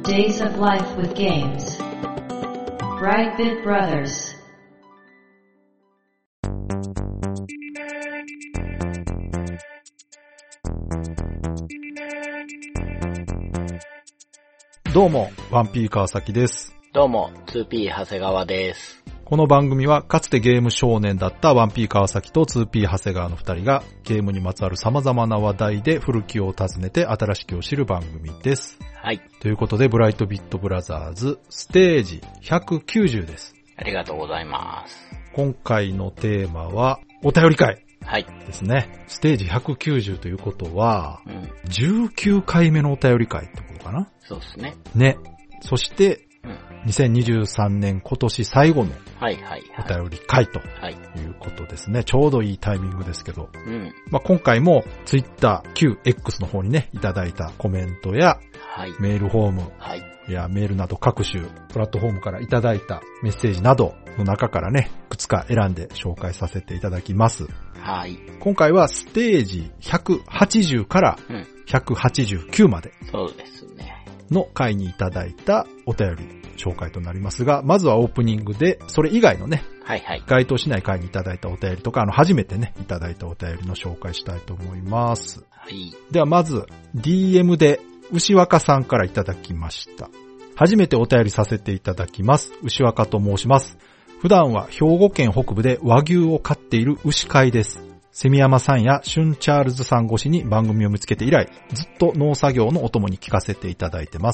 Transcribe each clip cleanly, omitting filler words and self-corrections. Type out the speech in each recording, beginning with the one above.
Days of Life with Games. Brightbit Brothers. どうも、1P 川崎です。 どうも、2P 長谷川です。 この番組はかつてゲーム少年だった 1P 川崎と 2P 長谷川の2人がゲームにまつわる様々な話題で古きを訪ねて新しきを知る番組です。 はい。 ということで、ブライトビットブラザーズステージ190です。 ありがとうございます。 今回のテーマはお便り会。 はい。 ですね。ステージ190ということは、19回目のお便り会ってことかな？ そうですね。 ね。そして、2023年今年最後のお便り会ということですね。ちょうどいいタイミングですけど。今回も Twitter、旧 X の方にね、いただいたコメントや、メールフォーム、やメールなど各種プラットフォームからいただいたメッセージなどの中からね、いくつか選んで紹介させていただきます。 はい。 今回はステージ180から189までの回にいただいたお便り紹介となりますが、まずはオープニングでそれ以外のね、該当しない回にいただいたお便りとか、初めてね、いただいたお便りの紹介したいと思います。 はい。 ではまず DM で牛若さんからいただきました。初めてお便りさせていただきます。牛若と申します。普段は兵庫県北部で和牛を飼っている牛飼いです。セミヤマさんやシュンチャールズさん越しに番組を見つけて以来、ずっと農作業のお供に聞かせていただいてます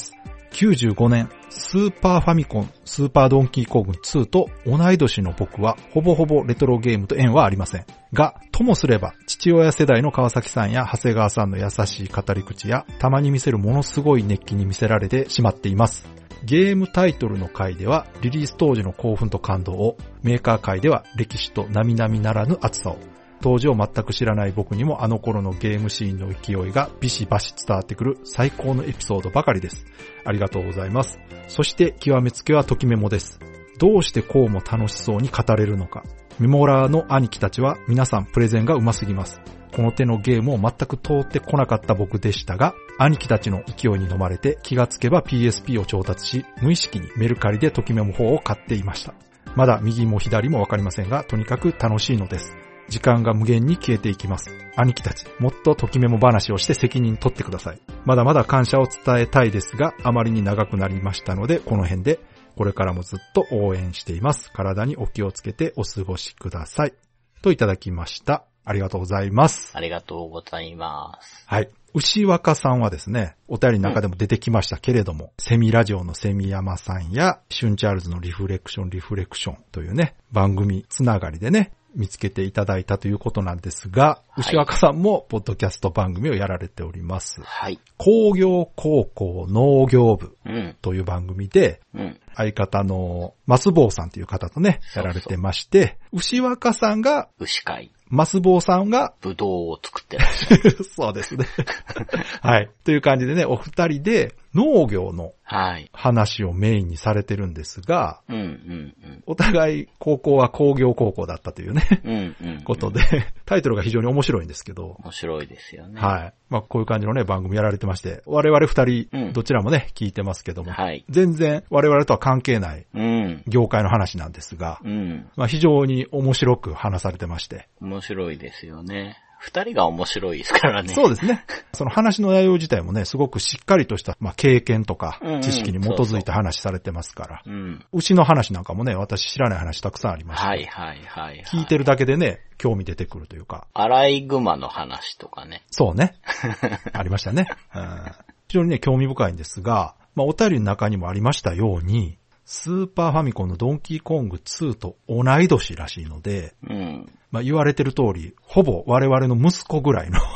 。95年、スーパーファミコン、スーパードンキーコング2と同い年の僕はほぼほぼレトロゲームと縁はありません。が、ともすれば父親世代の川崎さんや長谷川さんの優しい語り口やたまに見せるものすごい熱気に見せられてしまっています。ゲームタイトルの回ではリリース当時の興奮と感動を、メーカー回では歴史と並々ならぬ熱さを、当時を全く知らない僕にもあの頃のゲームシーンの勢いがビシバシ伝わってくる最高のエピソードばかりです。ありがとうございます。そして極めつけはときメモです。どうしてこうも楽しそうに語れるのか。メモラーの兄貴たちは皆さんプレゼンが上手すぎます。この手のゲームを全く通ってこなかった僕でしたが、兄貴たちの勢いに飲まれて気がつけば PSP を調達し、無意識にメルカリでときメモ4を買っていました。まだ右も左もわかりませんが、とにかく楽しいのです。時間が無限に消えていきます。兄貴たち、もっとときメモ話をして責任取ってください。まだまだ感謝を伝えたいですが、あまりに長くなりましたので、この辺で、これからもずっと応援しています。体にお気をつけてお過ごしください。といただきました。ありがとうございます。 ありがとうございます。 はい。牛若さんはですね、お便りの中でも出てきましたけれども、セミラジオのセミヤマさんや、シュンチャールズのリフレクションというね、番組つながりでね、見つけていただいたということなんですが、牛若さんもポッドキャスト番組をやられております。 はい。 工業高校農業部という番組で、相方の増坊さんという方とね、やられてまして、牛若さんが牛飼い。 増坊さんがブドウを作ってらっしゃる。 そうですね。はい。という感じでね、お二人で農業の話をメインにされてるんですが、お互い高校は工業高校だったというね、ことで、タイトルが非常に面白いんですけど。 面白いですよね。 はい。こういう感じのね、番組やられてまして、我々二人、どちらもね、聞いてますけども、全然我々とは関係ない業界の話なんですが、非常に面白く話されてまして。 面白いですよね。二人が面白いですからね。 そうですね。その話の内容自体もね、すごくしっかりとした、経験とか知識に基づいた話されてますから。牛の話なんかもね、私知らない話たくさんありました。聞いてるだけでね、興味出てくるというか。 アライグマの話とかね。 そうね。ありましたね。非常にね、興味深いんですが、お便りの中にもありましたように、スーパーファミコンのドンキーコング2と同い年らしいので、言われてる通り、ほぼ我々の息子ぐらいの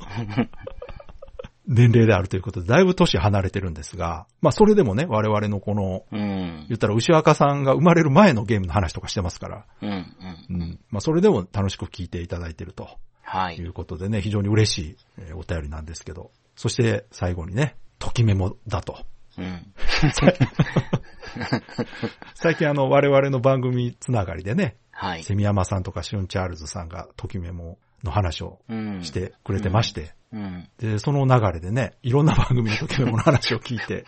年齢であるということで、だいぶ年離れてるんですが、それでもね、我々のこの、言ったら牛若さんが生まれる前のゲームの話とかしてますから、それでも楽しく聞いていただいてると、いうことでね、非常に嬉しいお便りなんですけど、そして最後にね、ときメモだと。最近我々の番組つながりでね、セミヤマさんとかシュンチャールズさんがときメモの話をしてくれてまして、で、その流れでね、いろんな番組のときメモの話を聞いて、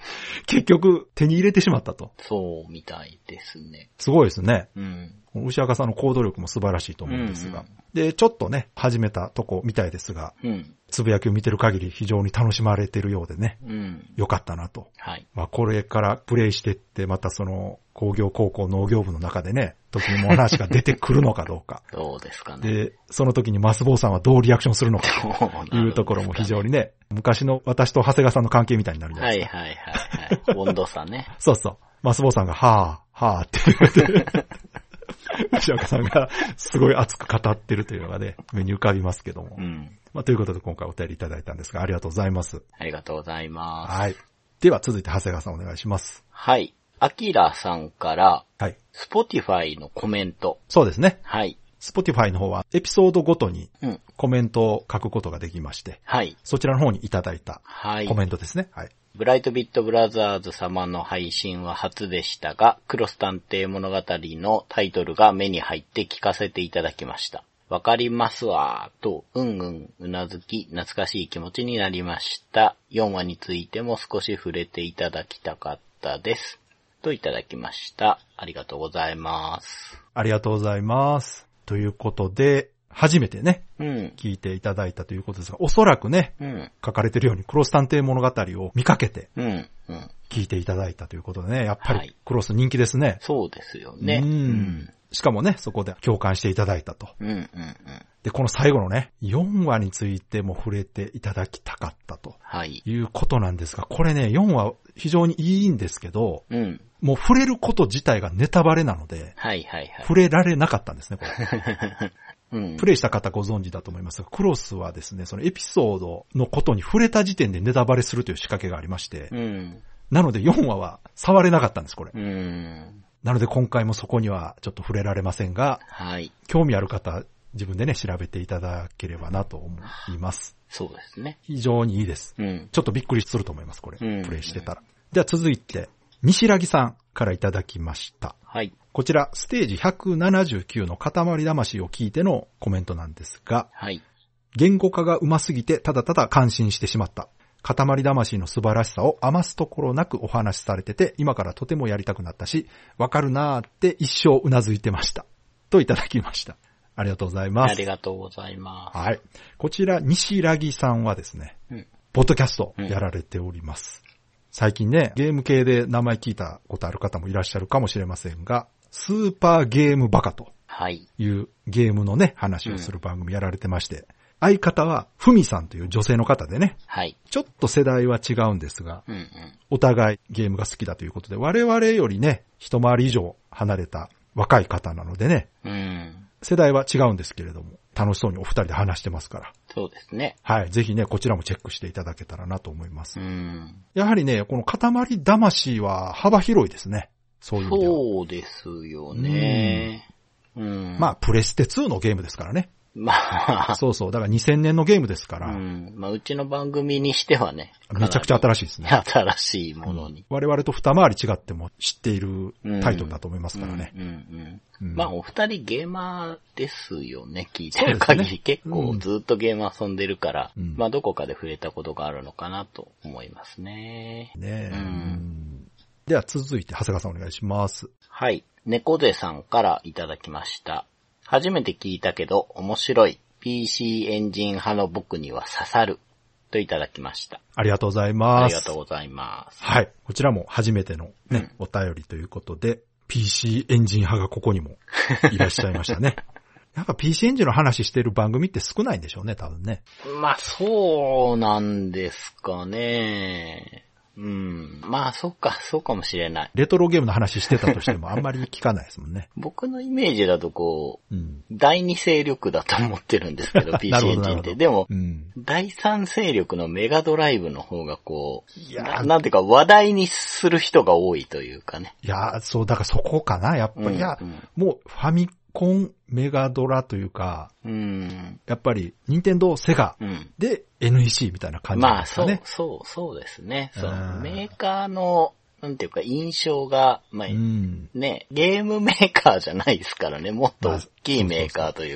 結局手に入れてしまったと。 そうみたいですね。 すごいですね。 うん。 牛若さんの行動力も素晴らしいと思うんですが。で、ちょっとね、始めたとこみたいですが、つぶやきを見てる限り非常に楽しまれてるようでね、よかったなと。はい。まあこれからプレイしてって、またその工業高校農業部の中でね、時にも話が出てくるのかどうか。 どうですかね。 で、その時にマスボウさんはどうリアクションするのかというところも非常にね、昔の私と長谷川さんの関係みたいになるじゃないですか。 はいはいはい。温度差ね。 そうそう。マスボウさんが、はぁ、はぁって言って、牛若さんがすごい熱く語ってるというのがね、目に浮かびますけども。まあ、ということで今回お便りいただいたんですが、ありがとうございます。 ありがとうございます。 はい。では続いて長谷川さんお願いします。 はい。アキラさんから、はい。Spotify のコメント。 そうですね。 はい。 Spotify の方はエピソードごとにコメントを書くことができまして、はい。そちらの方にいただいたコメントですね。はい。 ブライトビットブラザーズ様の配信は初でしたが、クロス探偵物語のタイトルが目に入って聞かせていただきました。わかりますわーと、うなずき、懐かしい気持ちになりました。4話についても少し触れていただきたかったです。といただきました。ありがとうございます。 ありがとうございます。ということで、初めてね、聞いていただいたということですが、おそらくね、書かれているようにクロス探偵物語を見かけて、聞いていただいたということでね、やっぱりクロス人気ですね。はい、 そうですよね。 しかもね、そこで共感していただいたと。で、この最後のね、4話についても触れていただきたかったと。いうことなんですが、これね、4話非常にいいんですけど、もう触れること自体がネタバレなので、触れられなかったんですね、これ。プレイした方ご存知だと思いますが、クロスはですね、そのエピソードのことに触れた時点でネタバレするという仕掛けがありまして、なので4話は触れなかったんです、これ。なので今回もそこにはちょっと触れられませんが、興味ある方、自分でね、調べていただければなと思います。 そうですね。 非常にいいです。ちょっとびっくりすると思います、これ。プレイしてたら。では続いて、西良木さんからいただきました。はい。こちら、ステージ179の塊魂を聞いてのコメントなんですが、はい。言語化が上手すぎてただただ感心してしまった。塊魂の素晴らしさを余すところなくお話しされてて、今からとてもやりたくなったし、わかるなーって一生うなずいてました。といただきました。ありがとうございます。 ありがとうございます。 はい。こちら、西良木さんはですね、ポッドキャストやられております。最近ね、ゲーム系で名前聞いたことある方もいらっしゃるかもしれませんが、スーパーゲームバカというゲームのね、話をする番組やられてまして、相方はふみさんという女性の方でね、はい、ちょっと世代は違うんですが、お互いゲームが好きだということで、我々よりね、一回り以上離れた若い方なのでね、世代は違うんですけれども、楽しそうにお二人で話してますから。 そうですね。 はい。ぜひね、こちらもチェックしていただけたらなと思います。やはりね、この塊魂は幅広いですね。そういう意味では。 そうですよね。 まあ、プレステ2のゲームですからね。まあ。そうそう。だから2000年のゲームですから。 まあ、うちの番組にしてはね。 めちゃくちゃ新しいですね。 新しいものに。 我々と二回り違っても知っているタイトルだと思いますからね。 まあ、お二人ゲーマーですよね。聞いてる限り、ね、結構ずっとゲーム遊んでるから、まあ、どこかで触れたことがあるのかなと思いますね。 では続いて、長谷川さんお願いします。 はい。猫背さんからいただきました。初めて聞いたけど面白い PC エンジン派の僕には刺さるといただきました。 ありがとうございます。 ありがとうございます。 はい。こちらも初めてのね、お便りということで、PC エンジン派がここにもいらっしゃいましたね。やっぱ PC エンジンの話してる番組って少ないんでしょうね、多分ね。 まあそうなんですかね。まあ、そうかもしれない。 レトロゲームの話してたとしてもあんまり聞かないですもんね。 僕のイメージだと第二勢力だと思ってるんですけど、PC エンジンって。でも、第三勢力のメガドライブの方がなんていうか話題にする人が多いというかね。 いや、そう、だからそこかな、やっぱり。もうファミコン、メガドラというか、やっぱり、ニンテンドー、セガで NEC みたいな感じですかね。 まあ、そうですね。メーカーの、なんていうか、印象が、ね、ゲームメーカーじゃないですからね、もっと大きいメーカーというか。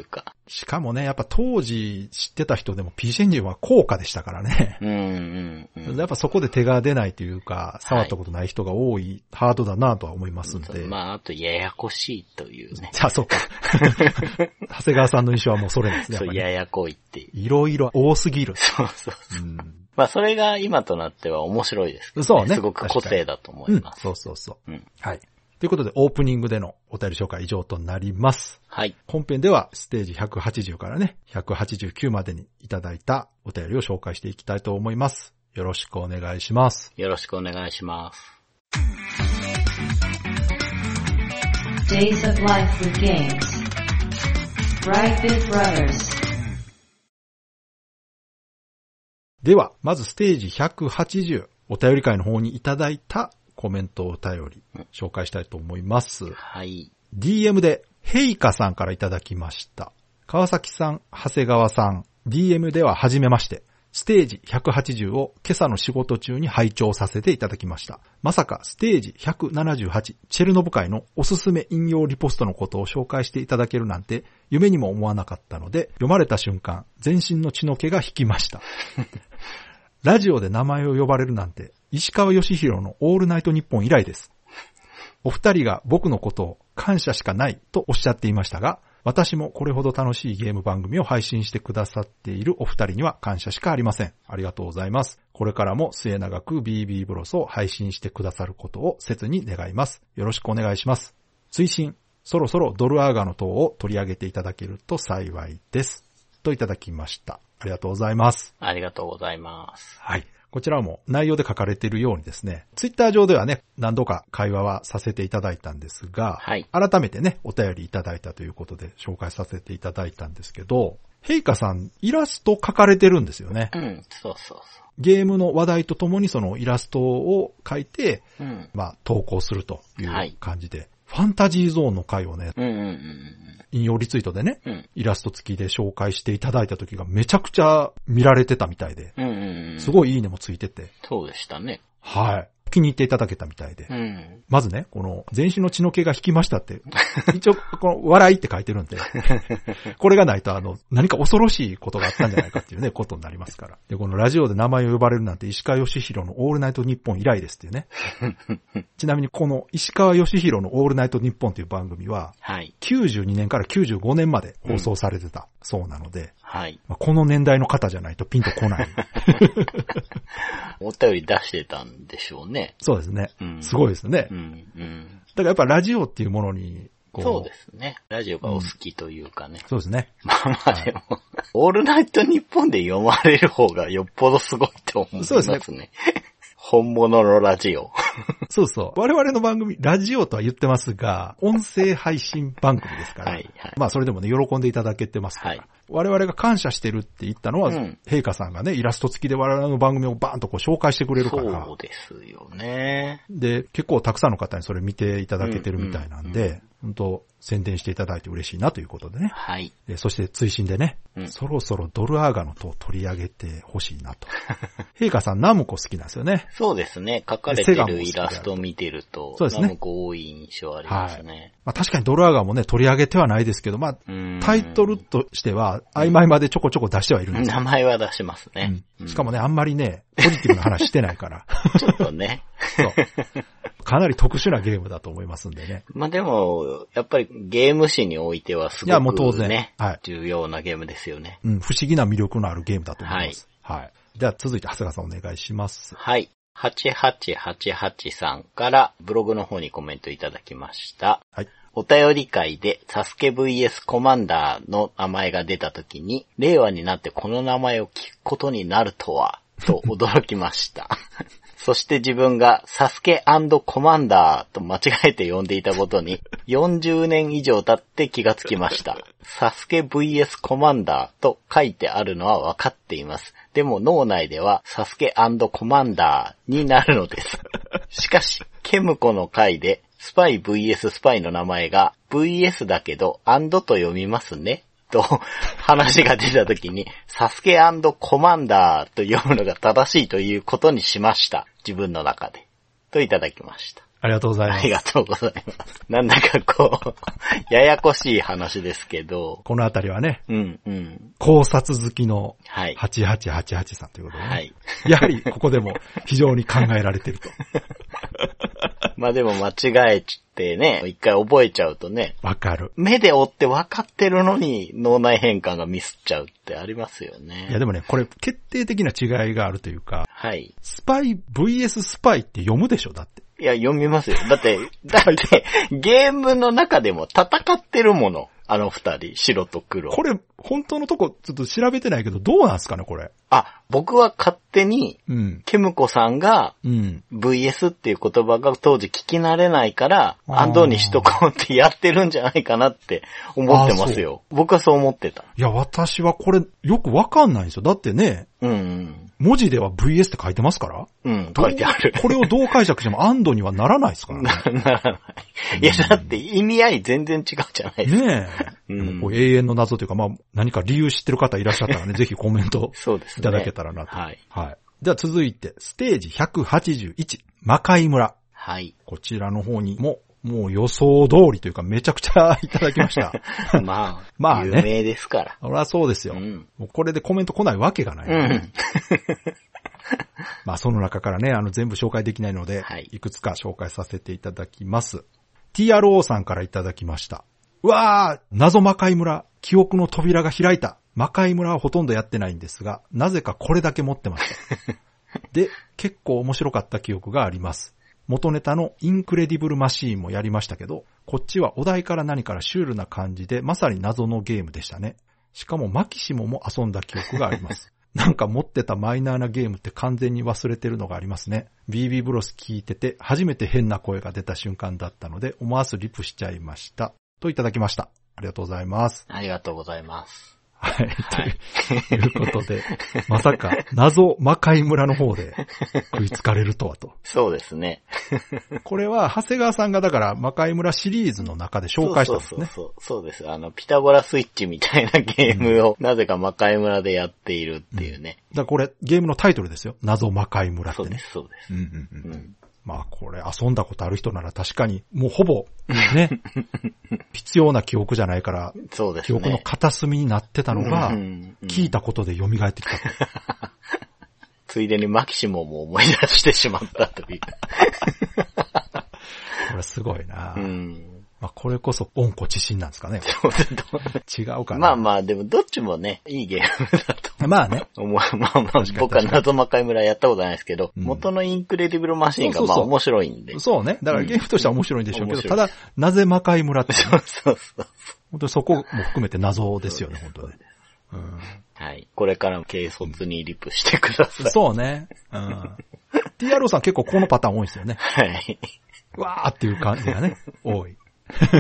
しかもね、やっぱ当時知ってた人でも PC エンジンは高価でしたからね。やっぱそこで手が出ないというか、触ったことない人が多いハードだなとは思いますんで。 まあ、あとややこしいというね。 じゃあ、そうか。長谷川さんの印象はもうそれですね。 そう、ややこいっていう。 いろいろ多すぎる。 そうそうそう。まあ、それが今となっては面白いですけどね。 そうね。 すごく個性だと思います。 そうそうそう。はい。ということで、オープニングでのお便り紹介以上となります。 はい。 本編ではステージ180からね、189までにいただいたお便りを紹介していきたいと思います。よろしくお願いします。 よろしくお願いします。 Days of Life with Games Brightbit Brothers では、まずステージ180、お便り会の方にいただいたコメントをお便り紹介したいと思います。 はい。 DM でヘイカさんからいただきました。川崎さん、長谷川さん、DM では初めまして。ステージ180を今朝の仕事中に拝聴させていただきました。まさかステージ178チェルノブ会のおすすめ引用リポストのことを紹介していただけるなんて夢にも思わなかったので、読まれた瞬間、全身の血の気が引きました。ラジオで名前を呼ばれるなんて、石川義弘のオールナイトニッポン以来です。お二人が僕のことを感謝しかないとおっしゃっていましたが、私もこれほど楽しいゲーム番組を配信してくださっているお二人には感謝しかありません。ありがとうございます。これからも末永く BB ブロスを配信してくださることを切に願います。よろしくお願いします。追伸、そろそろドルアーガの塔を取り上げていただけると幸いです。といただきました。ありがとうございます。 ありがとうございます。 はい。こちらも内容で書かれているようにですね、ツイッター上ではね、何度か会話はさせていただいたんですが、 はい、 改めてね、お便りいただいたということで紹介させていただいたんですけど、ヘイカさん、イラスト描かれてるんですよね。 そうそうそう。 ゲームの話題とともにそのイラストを描いて、投稿するという感じで、はい、ファンタジーゾーンの回をね、引用リツイートでね、イラスト付きで紹介していただいた時がめちゃくちゃ見られてたみたいで、すごいいいねもついてて。 そうでしたね。 はい。気に入っていただけたみたいで。まずね、この全身の血の気が引きましたって、一応この笑いって書いてるんで、これがないと何か恐ろしいことがあったんじゃないかっていうね、ことになりますから。で、このラジオで名前を呼ばれるなんて石川義弘のオールナイトニッポン以来ですっていうね。ちなみにこの石川義弘のオールナイトニッポンという番組は、92年から95年まで放送されてたそうなので、この年代の方じゃないとピンとこない。 お便り出してたんでしょうね。 そうですね。すごいですね。だからやっぱラジオっていうものにそうですね。ラジオがお好きというかね。 そうですね。 まあでも、オールナイトニッポンで読まれる方がよっぽどすごいと思いますね。そうですね。本物のラジオ。 そうそう。我々の番組、ラジオとは言ってますが、音声配信番組ですから。まあそれでもね、喜んでいただけてますから。我々が感謝してるって言ったのは、陛下さんがね、イラスト付きで我々の番組をバーンとこう紹介してくれるから。 そうですよね。 で、結構たくさんの方にそれ見ていただけてるみたいなんで、本当宣伝していただいて嬉しいなということでね。 はい。 そして追伸でね、そろそろドルアーガの塔を取り上げてほしいなと。陛下さんナムコ好きなんですよね。 そうですね。描かれてるイラストを見てると、ナムコ多い印象ありますね。 まあ確かにドルアーガもね、取り上げてはないですけど、まあ、タイトルとしては、曖昧までちょこちょこ出してはいるんですよ。 名前は出しますね。 しかもね、あんまりね、ポジティブな話してないから。 ちょっとね。 そう。かなり特殊なゲームだと思いますんでね。 まあでも、やっぱりゲーム史においてはすごくね、いやもう当然、重要なゲームですよね。 不思議な魅力のあるゲームだと思います。はい。じゃあ続いて長谷川さんお願いします。 はい。8888さんからブログの方にコメントいただきました。はい。お便り会でサスケ VS コマンダーの名前が出た時に、令和になってこの名前を聞くことになるとは、と驚きました。そして自分がサスケ&コマンダーと間違えて呼んでいたことに40年以上経って気がつきました。サスケ VS コマンダーと書いてあるのは分かっています。でも脳内ではサスケ&コマンダーになるのです。しかし、ケムコの回でスパイ VS スパイの名前が VS だけど&と読みますね。と話が出たときに、サスケ&コマンダーと読むのが正しいということにしました。自分の中で。といただきました。 ありがとうございます。 ありがとうございます。なんだかこう、ややこしい話ですけど。 このあたりはね、 うんうん。 考察好きのはい。 8888さんということでね。 はい。 やはりここでも非常に考えられてると。 まあでも間違えてね、一回覚えちゃうとね、 わかる。 目で追って分かってるのに脳内変換がミスっちゃうってありますよね。 いやでもね、これ決定的な違いがあるというか、 はい。 スパイ VS スパイって読むでしょだって。 いや、読みますよ。だって、ゲームの中でも戦ってるもの。あの二人、白と黒。 これ、本当のとこちょっと調べてないけど、どうなんすかねこれ。 あ、僕は勝手に、 うん。 ケムコさんが、 うん。 VS っていう言葉が当時聞き慣れないから、 あーアンドにしとこうってやってるんじゃないかなって思ってますよ。僕はそう思ってた。 いや、私はこれ、よくわかんないんですよ。だってね、 うんうん。 文字では VS って書いてますから。 うん、書いてある。 これをどう解釈してもアンドにはならないですからね。 ならない。いや、だって意味合い全然違うじゃないですか。 ねえ。 うんでもこう永遠の謎というか、まあ、何か理由知ってる方いらっしゃったらね、ぜひコメントそうですね。 いただけたらなと。 はい。 はい。では続いて、ステージ181、魔界村。 はい。 こちらの方にも、もう予想通りというか、めちゃくちゃいただきました。 まあ、 まあね有名ですから。 そりゃそうですよ。 うん。 もうこれでコメント来ないわけがない。 うん。 まあその中からね、全部紹介できないので、 はいいくつか紹介させていただきます。TRO さんからいただきました。うわー、謎魔界村、記憶の扉が開いた。魔界村はほとんどやってないんですが、なぜかこれだけ持ってました。で、結構面白かった記憶があります。元ネタのインクレディブルマシーンもやりましたけど、こっちはお題から何からシュールな感じで、まさに謎のゲームでしたね。しかもマキシモも遊んだ記憶があります。なんか持ってたマイナーなゲームって完全に忘れてるのがありますね。BB ブロス聞いてて初めて変な声が出た瞬間だったので思わずリプしちゃいました。といただきました。ありがとうございます。 ありがとうございます。 はい。ということで、まさか謎魔界村の方で食いつかれるとはと。 そうですね。 これは長谷川さんがだから魔界村シリーズの中で紹介したんですね。 そうです。ピタゴラスイッチみたいなゲームを、なぜか魔界村でやっているっていうね。 だからこれゲームのタイトルですよ。謎魔界村ってね。 そうです。 うんうんうん。まあこれ遊んだことある人なら確かにもうほぼね、必要な記憶じゃないから、 そうですね。 記憶の片隅になってたのが、聞いたことで蘇ってきたと。 ついでにマキシモも思い出してしまったという。 これすごいな。 うんまあこれこそ温故知新なんですかね。 そうです違うかな。 まあまあ、でもどっちもね、いいゲームだと。 まあね。 まあまあ、僕は謎魔界村やったことないですけど、元のインクレディブルマシンがまあ面白いんで。 そうね。だからゲームとしては面白いんでしょうけど、ただ、なぜ魔界村って、ね。 そう。 本当にそこも含めて謎ですよね、本当に。 はい。これからも軽率にリプしてください。 そうね。TRO さん結構このパターン多いですよね。 はい。 わーっていう感じがね、多い。はい。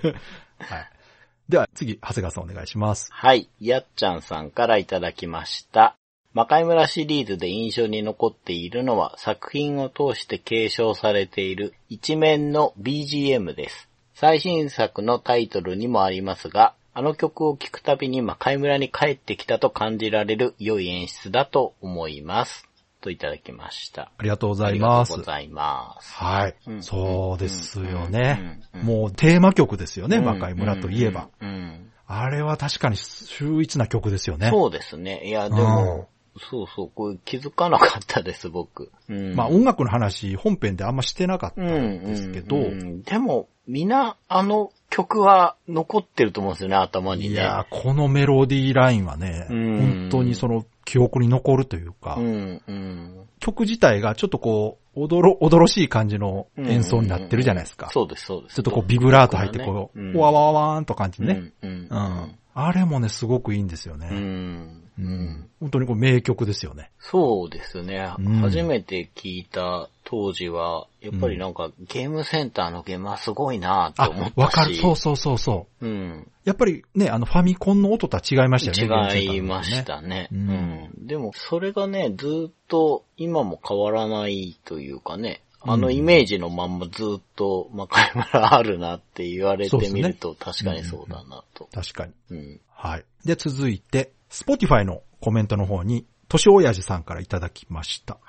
では次、長谷川さんお願いします。 はい。やっちゃんさんからいただきました。魔界村シリーズで印象に残っているのは作品を通して継承されている一面の BGM です。最新作のタイトルにもありますが、あの曲を聴くたびに魔界村に帰ってきたと感じられる良い演出だと思います。といただきました。 ありがとうございます。 ありがとうございます。 はい。そうですよね。もうテーマ曲ですよね、魔界村といえば。あれは確かに秀逸な曲ですよね。 そうですね。いや、でも、これ気づかなかったです、僕。 まあ音楽の話、本編であんましてなかったんですけど。 でも、みんな、あの曲は残ってると思うんですよね、頭にね。 いや、このメロディーラインはね、本当にその記憶に残るというか、曲自体がちょっとこう、おどろしい感じの演奏になってるじゃないですか。 そうです。ちょっとこうビブラート入ってこう、わわわーんと感じね。あれもね、すごくいいんですよね。本当にこう名曲ですよね。 そうですね。初めて聞いた当時は、やっぱりなんかゲームセンターのゲームはすごいなって思ったし。 わかる。そう。やっぱりね、ファミコンの音とは違いましたよね。違いましたね。でもそれがね、ずっと今も変わらないというかね、あのイメージのまんまずっと魔界村あるなって言われてみると確かにそうだなと。 確かに。はい。で、続いて、Spotify のコメントの方に、としおやじさんからいただきました。 はい。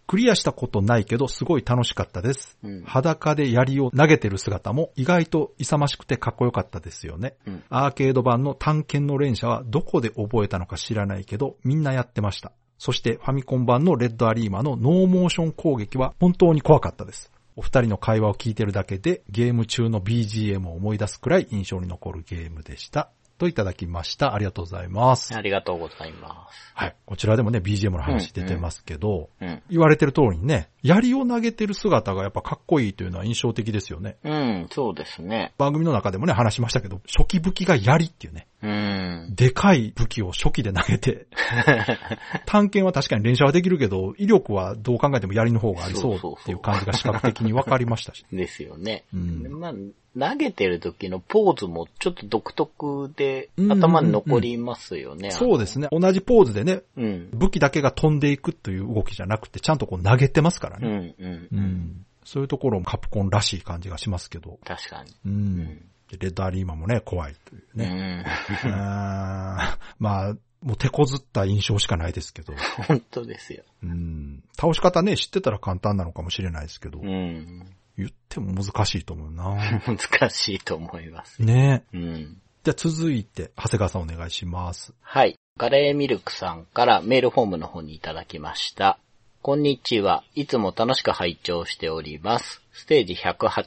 クリアしたことないけどすごい楽しかったです。裸で槍を投げてる姿も意外と勇ましくてかっこよかったですよね。アーケード版の探検の連射はどこで覚えたのか知らないけどみんなやってました。そしてファミコン版のレッドアリーマのノーモーション攻撃は本当に怖かったです。お二人の会話を聞いてるだけでゲーム中の BGM を思い出すくらい印象に残るゲームでした。といただきました。ありがとうございます。 ありがとうございます。 はい。こちらでもね、BGM の話出てますけど、言われてる通りにね、槍を投げてる姿がやっぱかっこいいというのは印象的ですよね。 そうですね。 番組の中でもね、話しましたけど、初期武器が槍っていうね。でかい武器を初期で投げて、探検は確かに連射はできるけど、威力はどう考えても槍の方がありそうっていう感じが視覚的に分かりましたし。 ですよね。まあ投げてる時のポーズもちょっと独特で頭に残りますよね。 そうですね。同じポーズでね、武器だけが飛んでいくという動きじゃなくて、ちゃんとこう投げてますからね。そういうところもカプコンらしい感じがしますけど。 確かに。 レッドアリーマもね、怖いというね。まあ、もう手こずった印象しかないですけど。 本当ですよ。 倒し方ね、知ってたら簡単なのかもしれないですけど。言っても難しいと思うな。 難しいと思います。 ね。じゃあ続いて、長谷川さんお願いします。 はい。カレーミルクさんからメールフォームの方にいただきました。こんにちは。いつも楽しく拝聴しております。ステージ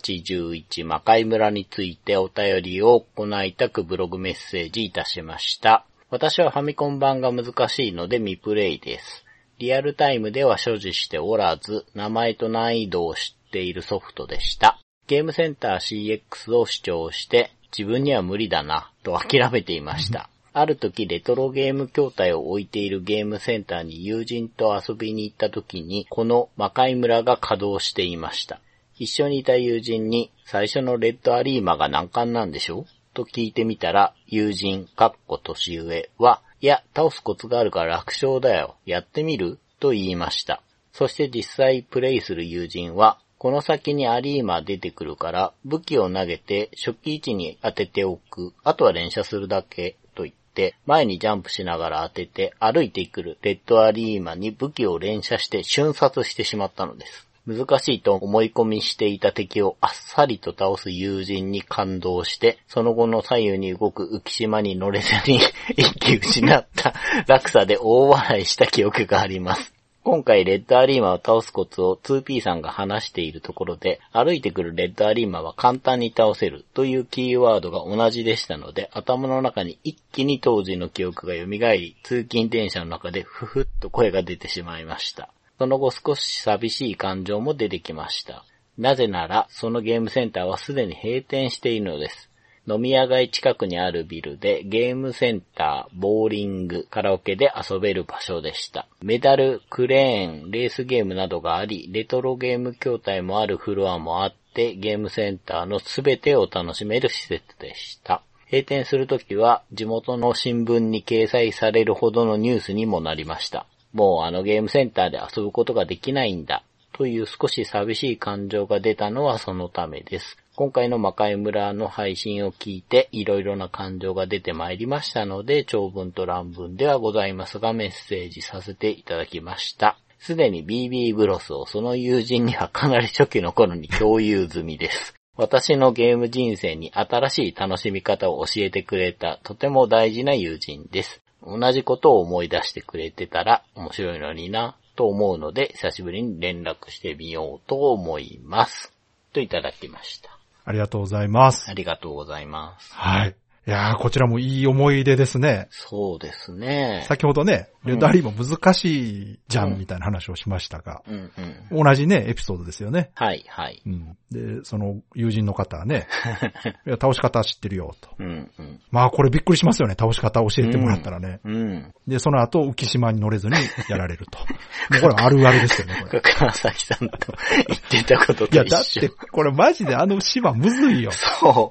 181魔界村についてお便りを行いたくブログメッセージいたしました。私はファミコン版が難しいので未プレイです。リアルタイムでは所持しておらず、名前と難易度を知っているソフトでした。ゲームセンター CX を視聴して、自分には無理だな、と諦めていました。ある時レトロゲーム筐体を置いているゲームセンターに友人と遊びに行った時に、この魔界村が稼働していました。一緒にいた友人に、最初のレッドアリーマが難関なんでしょと聞いてみたら、友人、年上は、いや、倒すコツがあるから楽勝だよ。やってみると言いました。そして実際プレイする友人は、この先にアリーマ出てくるから武器を投げて初期位置に当てておく。あとは連射するだけと言って前にジャンプしながら当てて歩いてくるレッドアリーマに武器を連射して瞬殺してしまったのです。難しいと思い込みしていた敵をあっさりと倒す友人に感動して、その後の左右に動く浮島に乗れずに一気失った落差で大笑いした記憶があります。今回レッドアリーマを倒すコツを 2P さんが話しているところで、歩いてくるレッドアリーマは簡単に倒せるというキーワードが同じでしたので、頭の中に一気に当時の記憶が蘇り、通勤電車の中でふふっと声が出てしまいました。その後少し寂しい感情も出てきました。なぜなら、そのゲームセンターはすでに閉店しているのです。飲み屋街近くにあるビルでゲームセンター、ボーリング、カラオケで遊べる場所でした。メダル、クレーン、レースゲームなどがあり、レトロゲーム筐体もあるフロアもあって、ゲームセンターのすべてを楽しめる施設でした。閉店するときは地元の新聞に掲載されるほどのニュースにもなりました。もうあのゲームセンターで遊ぶことができないんだ、という少し寂しい感情が出たのはそのためです。今回の魔界村の配信を聞いていろいろな感情が出てまいりましたので、長文と乱文ではございますがメッセージさせていただきました。すでに BB ブロスをその友人にはかなり初期の頃に共有済みです。私のゲーム人生に新しい楽しみ方を教えてくれたとても大事な友人です。同じことを思い出してくれてたら面白いのになと思うので、久しぶりに連絡してみようと思います。といただきました。 ありがとうございます。 ありがとうございます。 はい。いやー、こちらもいい思い出ですね。 そうですね。 先ほどね、レッドアリーも難しいじゃんみたいな話をしましたが、同じね、エピソードですよね。 はい、はい。 で、その友人の方はね、いや倒し方知ってるよと。まあこれびっくりしますよね、倒し方教えてもらったらね。で、その後、浮島に乗れずにやられると。もうこれあるあるですよね、これ。 川崎さんと言ってたことと一緒。 いや、だって、これマジであの島むずいよ。 そう。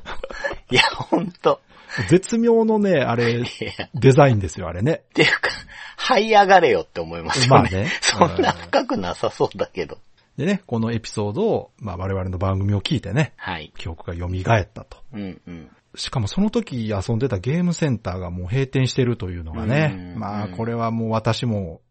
いや、ほんと。 絶妙のね、あれ、デザインですよ、あれね。 っていうか、這い上がれよって思いますよね。 まあね。 そんな深くなさそうだけど。 でね、このエピソードを、まあ我々の番組を聞いてね、はい、記憶が蘇ったと。しかもその時遊んでたゲームセンターがもう閉店してるというのがね、まあこれはもう私も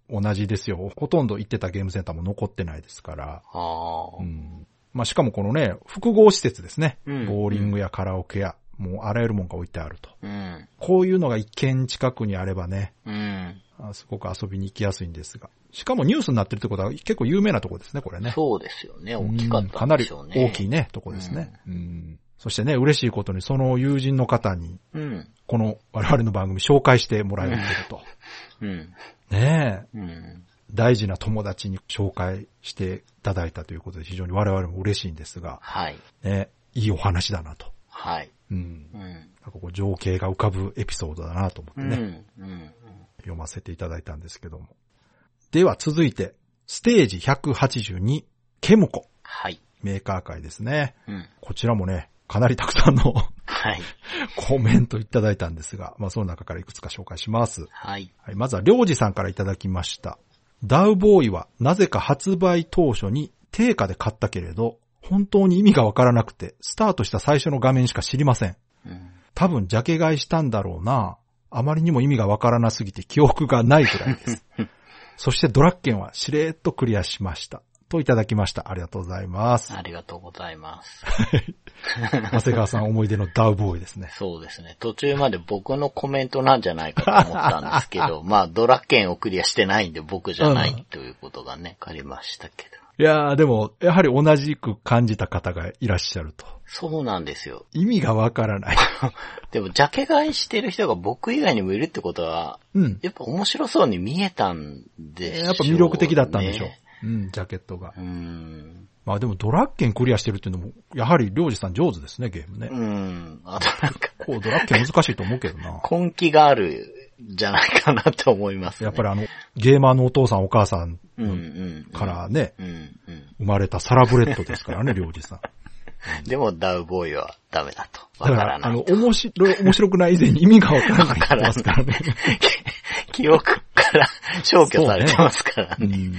同じですよ。ほとんど行ってたゲームセンターも残ってないですから。うん、まあ、しかもこのね、複合施設ですね。ボーリングやカラオケや、もうあらゆるものが置いてあると。こういうのが一軒近くにあればね、すごく遊びに行きやすいんですが。しかもニュースになってるってことは結構有名なとこですね、これね。 そうですよね。大きかったんでしょうね。 かなり大きいね、とこですね。そしてね、嬉しいことにその友人の方に、この我々の番組紹介してもらえてると。ねえ、大事な友達に紹介していただいたということで非常に我々も嬉しいんですが、ね、いいお話だなと。なんかこう情景が浮かぶエピソードだなと思ってね、読ませていただいたんですけども。では続いて、ステージ182、ケムコ。メーカー界ですね。こちらもね、かなりたくさんのコメントいただいたんですが、まあその中からいくつか紹介します。まずはりょうじさんからいただきました。ダウボーイはなぜか発売当初に定価で買ったけれど、本当に意味がわからなくて、スタートした最初の画面しか知りません。多分ジャケ買いしたんだろうな。あまりにも意味がわからなすぎて記憶がないくらいです。そしてドラッケンはしれーっとクリアしました。といただきました。ありがとうございます。 ありがとうございます。 長谷川さん思い出のダウボーイですね。 そうですね。途中まで僕のコメントなんじゃないかと思ったんですけど、まあドラッケンをクリアしてないんで僕じゃないということがね、わかりましたけど。 いやーでも、やはり同じく感じた方がいらっしゃると。 そうなんですよ。 意味がわからない。 でも、ジャケ買いしてる人が僕以外にもいるってことは、やっぱ面白そうに見えたんでしょうね。 やっぱ魅力的だったんでしょう。ジャケットが。まあでもドラッケンクリアしてるっていうのも、やはりりょうじさん上手ですね、ゲームね。 あとなんか。 こうドラッケン難しいと思うけどな。 根気があるじゃないかなと思いますね。 やっぱりゲーマーのお父さんお母さんからね、生まれたサラブレッドですからね、りょうじさん。 でもダウボーイはダメだと。わからないと。 面白くない以前に意味がわからないって言ってますからね。 記憶から消去されてますからね。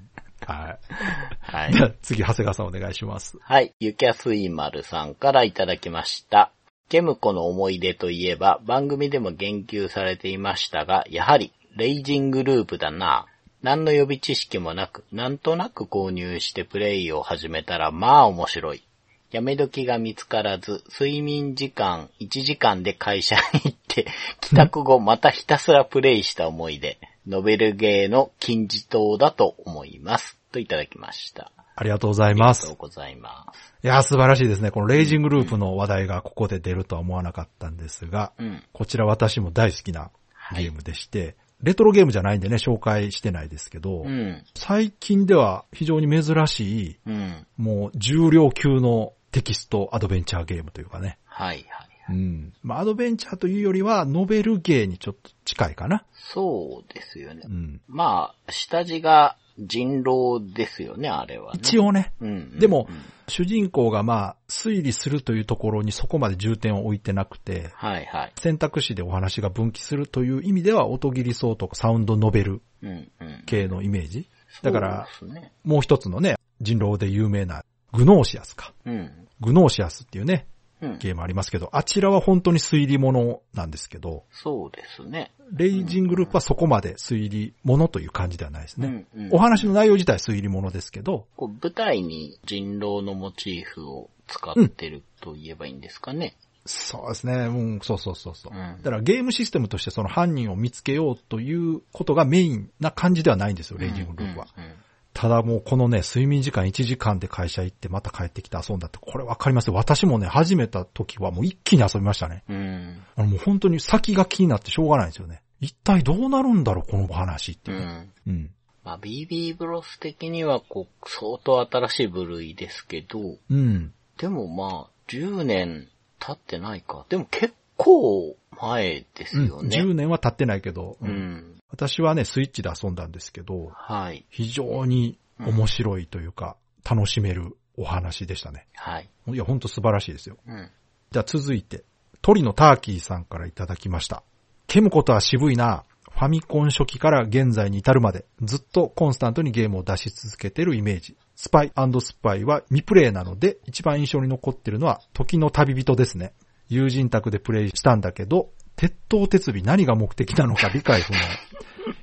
じゃあ次、長谷川さんお願いします。 はい。ゆきゃすいまるさんからいただきました。ケムコの思い出といえば番組でも言及されていましたが、やはりレイジングループだな。何の予備知識もなく、なんとなく購入してプレイを始めたらまあ面白い。やめ時が見つからず、睡眠時間1時間で会社に行って、帰宅後またひたすらプレイした思い出。ノベルゲーの金字塔だと思います。といただきました。 ありがとうございます。 ありがとうございます。 いや、素晴らしいですね。このレイジングループの話題がここで出るとは思わなかったんですが、こちら私も大好きなゲームでして、レトロゲームじゃないんでね、紹介してないですけど、最近では非常に珍しい、もう重量級のテキストアドベンチャーゲームというかね。まあ、アドベンチャーというよりは、ノベルゲーにちょっと近いかな。 そうですよね。まあ、下地が人狼ですよね、あれはね。 一応ね。でも、主人公がまあ、推理するというところにそこまで重点を置いてなくて、選択肢でお話が分岐するという意味では、音切り層とかサウンドノベル系のイメージ。だから、もう一つのね、人狼で有名なグノーシアスか。グノーシアスっていうね、ゲームありますけど、あちらは本当に推理物なんですけど、 そうですね。 レイジングループはそこまで推理物という感じではないですね。お話の内容自体推理物ですけど、 こう舞台に人狼のモチーフを使ってると言えばいいんですかね。 そうですね。そう。だからゲームシステムとしてその犯人を見つけようということがメインな感じではないんですよ、レイジングループは。ただもうこのね、睡眠時間1時間で会社行ってまた帰ってきて遊んだって、これわかりますよ。私もね、始めた時はもう一気に遊びましたね。もう本当に先が気になってしょうがないんですよね。一体どうなるんだろう、この話っていう。まあ、 BB ブロス的にはこう、相当新しい部類ですけど、でもまあ、10年経ってないか。でも結構前ですよね。 10年は経ってないけど、私はね、スイッチで遊んだんですけど、非常に面白いというか、楽しめるお話でしたね。いや、ほんと素晴らしいですよ。じゃあ続いて、鳥のターキーさんからいただきました。ケムコとは渋いな。ファミコン初期から現在に至るまで、ずっとコンスタントにゲームを出し続けてるイメージ。スパイ&スパイは未プレイなので、一番印象に残ってるのは、時の旅人ですね。友人宅でプレイしたんだけど、鉄頭鉄尾何が目的なのか理解不能。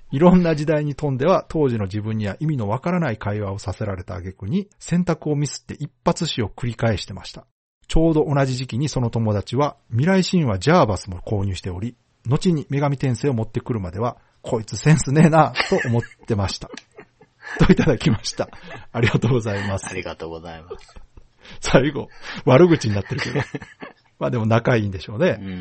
いろんな時代に飛んでは当時の自分には意味のわからない会話をさせられた挙句に選択をミスって一発死を繰り返してました。ちょうど同じ時期にその友達は未来神話ジャーバスも購入しており、後に女神転生を持ってくるまではこいつセンスねえなと思ってました。といただきました。ありがとうございます。 ありがとうございます。 最後、悪口になってるけど。まあでも仲いいんでしょうね。 うんうん。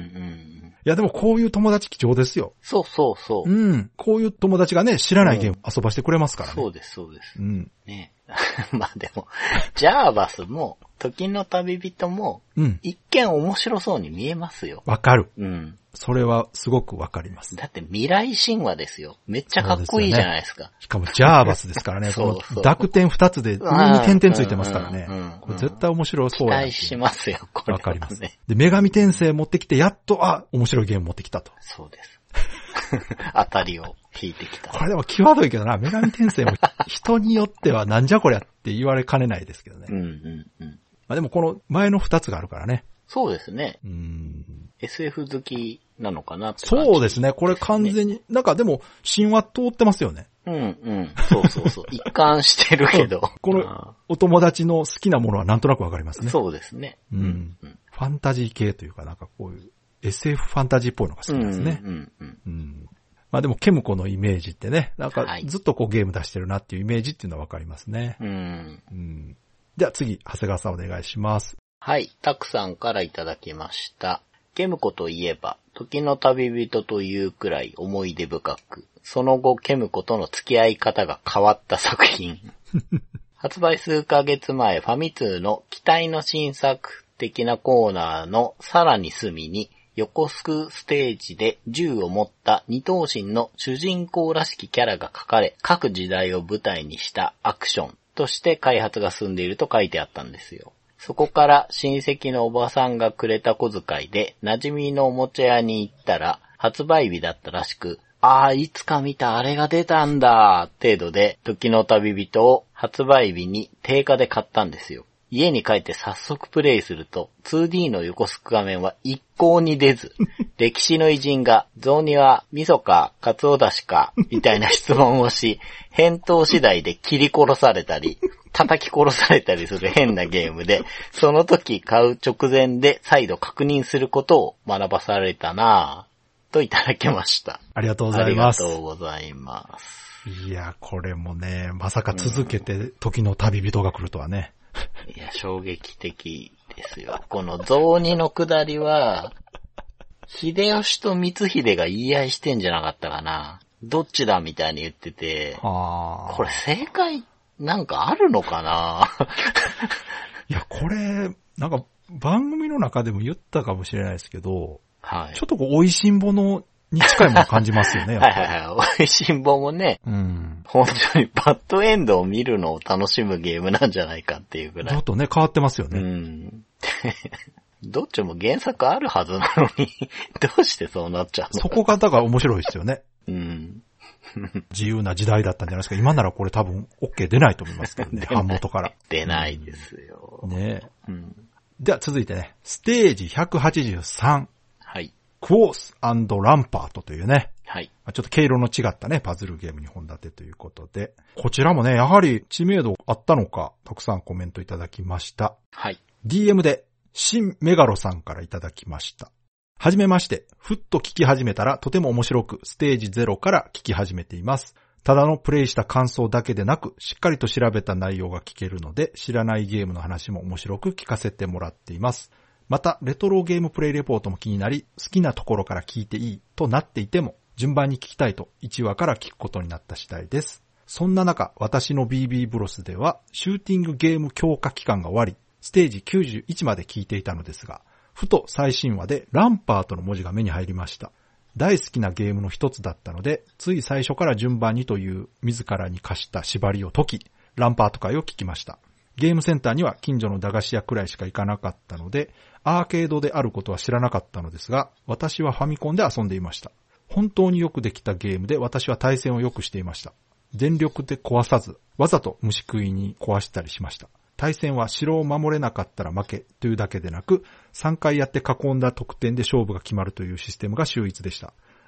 いやでもこういう友達貴重ですよ。 そうそうそう。 うん。こういう友達がね、知らないゲーム遊ばしてくれますからね。 そうです、そうです。 うん。 ね。まあでも、ジャーバスも、時の旅人も、一見面白そうに見えますよ。 わかる。 うん。 それはすごくわかります。 だって未来神話ですよ。めっちゃかっこいいじゃないですか。 ね、しかもジャーバスですからね。 そうそう。 この濁点2つで上に点々ついてますからね。これ絶対面白そうや。 期待しますよ、これ、ね。 わかります。で、女神転生持ってきて、やっと、面白いゲーム持ってきたと。 そうです。当たりを引いてきた。 これでも際どいけどな、女神転生も人によってはなんじゃこりゃって言われかねないですけどね。まあでもこの前の2つがあるからね。 そうですね。SF 好きなのかなって感じ、そうですね。これ完全に、なんかでも神話通ってますよね。 そうそうそう。一貫してるけど。 このお友達の好きなものはなんとなくわかりますね。 そうですね。 ファンタジー系というかなんかこういう SF ファンタジーっぽいのが好きですね。まあでもケムコのイメージってね、なんかずっとこうゲーム出してるなっていうイメージっていうのはわかりますね。では次、長谷川さんお願いします。 はい、たくさんからいただきました。ケムコといえば、時の旅人というくらい思い出深く、その後ケムコとの付き合い方が変わった作品。発売数ヶ月前、ファミ通の期待の新作的なコーナーのさらに隅に、横スクステージで銃を持った二頭身の主人公らしきキャラが書かれ、各時代を舞台にしたアクションとして開発が進んでいると書いてあったんですよ。そこから親戚のおばさんがくれた小遣いで馴染みのおもちゃ屋に行ったら発売日だったらしく、いつか見たあれが出たんだ程度で時の旅人を発売日に定価で買ったんですよ。家に帰って早速プレイすると 2D の横スク画面は一向に出ず、歴史の偉人が雑煮は味噌かカツオだしかみたいな質問をし、返答次第で切り殺されたり、叩き殺されたりする変なゲームで、その時買う直前で再度確認することを学ばされたなぁ、といただきました。 ありがとうございます。 ありがとうございます。 いや、これもね、まさか続けて時の旅人が来るとはね。 いや、衝撃的ですよ。この雑煮のくだりは、秀吉と光秀が言い合いしてんじゃなかったかな。どっちだみたいに言ってて、これ正解なんかあるのかないや、これ、なんか番組の中でも言ったかもしれないですけど、はい、ちょっとこう、美味しんぼのに近いものを感じますよね。 美味しんぼもね、本当にバッドエンドを見るのを楽しむゲームなんじゃないかっていうぐらい。 ちょっとね、変わってますよね。 どっちも原作あるはずなのに、どうしてそうなっちゃうのか。 そこがだから面白いですよね。自由な時代だったんじゃないですか。今ならこれ多分 OK 出ないと思いますけどね。版元から。 出ないですよ。 ねえ。では続いてね、ステージ183。 はい。 クォース&ランパートというね。 はい。 ちょっと毛色の違ったね、パズルゲーム2本立てということで。こちらもね、やはり知名度あったのか、たくさんコメントいただきました。 はい。 DM で、新メガロさんからいただきました。はじめまして、ふっと聞き始めたらとても面白く、ステージ0から聞き始めています。ただのプレイした感想だけでなく、しっかりと調べた内容が聞けるので、知らないゲームの話も面白く聞かせてもらっています。また、レトロゲームプレイレポートも気になり、好きなところから聞いていいとなっていても、順番に聞きたいと1話から聞くことになった次第です。そんな中、私の BB ブロスでは、シューティングゲーム強化期間が終わり、ステージ91まで聞いていたのですが、ふと最新話でランパートの文字が目に入りました。大好きなゲームの一つだったので、つい最初から順番にという自らに課した縛りを解き、ランパート会を聞きました。ゲームセンターには近所の駄菓子屋くらいしか行かなかったので、アーケードであることは知らなかったのですが、私はファミコンで遊んでいました。本当によくできたゲームで私は対戦をよくしていました。全力で壊さず、わざと虫食いに壊したりしました。対戦は城を守れなかったら負けというだけでなく、3回やって囲んだ得点で勝負が決まるというシステムが秀逸でした。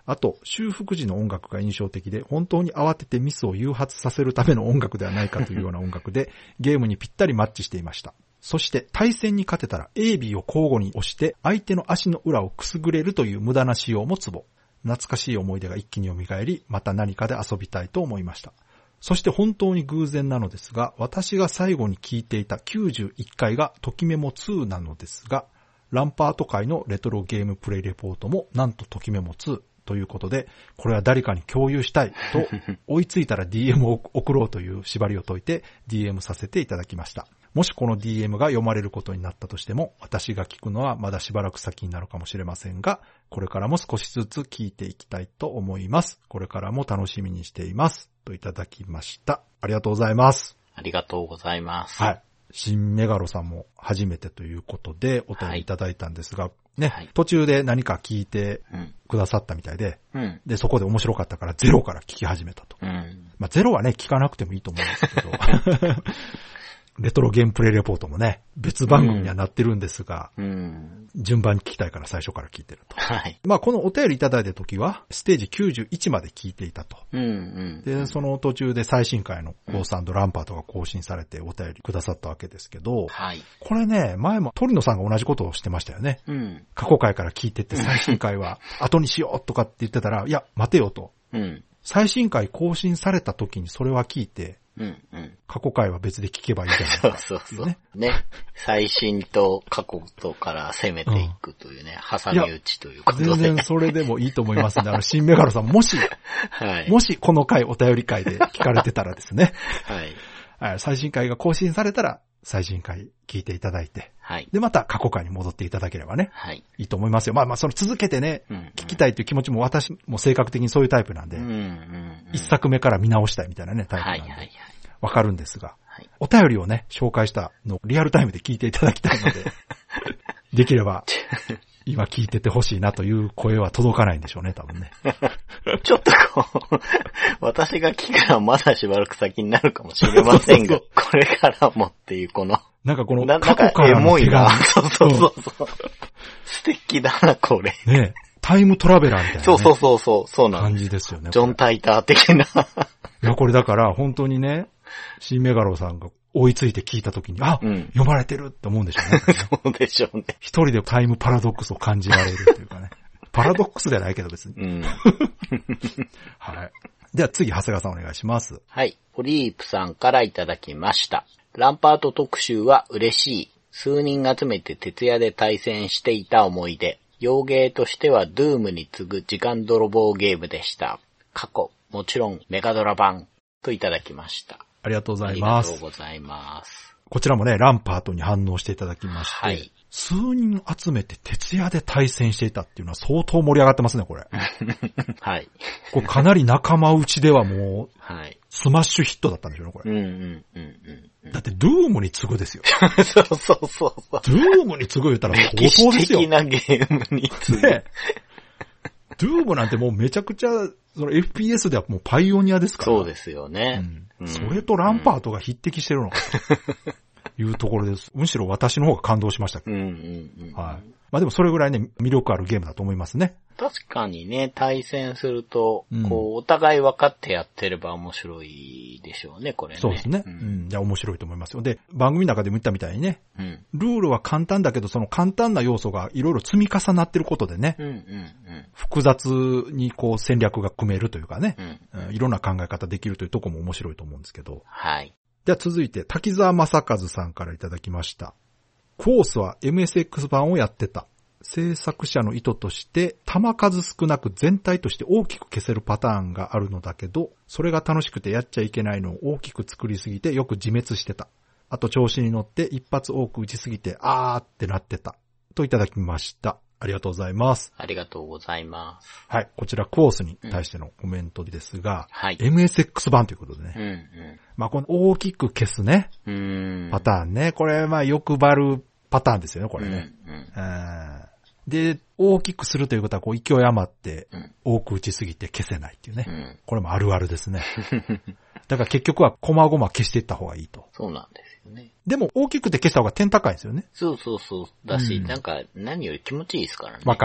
あと、修復時の音楽が印象的で、本当に慌ててミスを誘発させるための音楽ではないかというような音楽で、ゲームにぴったりマッチしていました。そして対戦に勝てたら A、B を交互に押して相手の足の裏をくすぐれるという無駄な仕様もツボ。懐かしい思い出が一気に蘇り、また何かで遊びたいと思いました。そして本当に偶然なのですが、私が最後に聞いていた91回がときメモ2なのですが、ランパート界のレトロゲームプレイレポートもなんとときメモ2ということで、これは誰かに共有したいと追いついたら DM を送ろうという縛りを解いて DM させていただきました。もしこの DM が読まれることになったとしても、私が聞くのはまだしばらく先になるかもしれませんが、これからも少しずつ聞いていきたいと思います。これからも楽しみにしています。といただきました。ありがとうございます。 ありがとうございます。 はい。新メガロさんも初めてということでお便りいただいたんですが、ね、はい、途中で何か聞いてくださったみたいで、で、そこで面白かったからゼロから聞き始めたと。まあ、ゼロはね、聞かなくてもいいと思うんですけど、レトロゲームプレイレポートもね、別番組にはなってるんですが、順番に聞きたいから最初から聞いてると。はい、まあこのお便りいただいた時は、ステージ91まで聞いていたと。で、その途中で最新回のゴース&ランパートが更新されてお便りくださったわけですけど、はい、これね、前も鳥野さんが同じことをしてましたよね。過去回から聞いてって最新回は後にしようとかって言ってたら、いや、待てよと。最新回更新された時にそれは聞いて、過去回は別で聞けばいいじゃないですか。 そう。ね。最新と過去とから攻めていくというね、挟み撃ちということで。 全然それでもいいと思いますね。新メガロさん、もしこの回お便り回で聞かれてたらですね。はい。最新回が更新されたら、最新回聞いていただいて。はい。で、また過去回に戻っていただければね。はい。いいと思いますよ。まあ、その続けてね、聞きたいという気持ちも私も性格的にそういうタイプなんで、一作目から見直したいみたいなね、タイプなんで。わかるんですが、お便りをね、紹介したのをリアルタイムで聞いていただきたいので、できれば、今聞いててほしいなという声は届かないんでしょうね、多分ね。 ちょっと私が聞くのはまだしばらく先になるかもしれませんが、これからもっていうなんかこの過去からの手紙。 そう。素敵だな、これ。 ね、タイムトラベラーみたいな、ね。 そうなん感じですよね。 ジョン・タイター的な。 いや、これだから本当にね、新メガロさんが追いついて聞いたときに、読まれてるって思うんでしょうね。 そうでしょうね。 一人でタイムパラドックスを感じられるというかね。パラドックスではないけど別に。はい。では次、長谷川さんお願いします。 はい。オリープさんからいただきました。ランパート特集は嬉しい。数人集めて徹夜で対戦していた思い出。洋ゲーとしてはドゥームに次ぐ時間泥棒ゲームでした。過去、もちろんメガドラ版といただきました。 ありがとうございます。 ありがとうございます。 こちらもね、ランパートに反応していただきまして、はい、数人集めて徹夜で対戦していたっていうのは相当盛り上がってますね、これ。 はい。 これかなり仲間内ではもう、はい、スマッシュヒットだったんでしょうね、これ。だって、ドゥームに次ぐですよ。 そう。 ドゥームに次ぐ言ったら相当ですよ。 歴史的なゲームに次ぐ。ね、 ドゥームなんてもうめちゃくちゃ、その FPS ではもうパイオニアですから。 そうですよね。 それとランパートが匹敵してるのかというところです。むしろ私の方が感動しましたけど。はい。まあでもそれぐらいね、魅力あるゲームだと思いますね。 確かにね、対戦すると、お互い分かってやってれば面白いでしょうね、これね。 そうですね。いや、面白いと思いますよ。で、番組の中でも言ったみたいにね、ルールは簡単だけど、その簡単な要素がいろいろ積み重なってることでね、複雑にこう戦略が組めるというかね、いろんな考え方できるというところも面白いと思うんですけど。はい。では続いて、滝沢正和さんからいただきました。コースは MSX 版をやってた。制作者の意図として、弾数少なく全体として大きく消せるパターンがあるのだけど、それが楽しくてやっちゃいけないのを大きく作りすぎてよく自滅してた。あと調子に乗って一発多く打ちすぎて、あーってなってた。といただきました。ありがとうございます。 ありがとうございます。 はい。こちらコースに対してのコメントですが、はい、MSX 版ということでね。まあ、この大きく消すね、パターンね。これ、まあ、欲張るパターンですよね、これね。で、大きくするということは、こう、勢い余って、多く打ちすぎて消せないっていうね。これもあるあるですね。だから結局は、こまごま消していった方がいいと。 そうなんですよね。 でも、大きくて消した方が点高いですよね。 そう。だし、なんか、何より気持ちいいですからね。 わかる。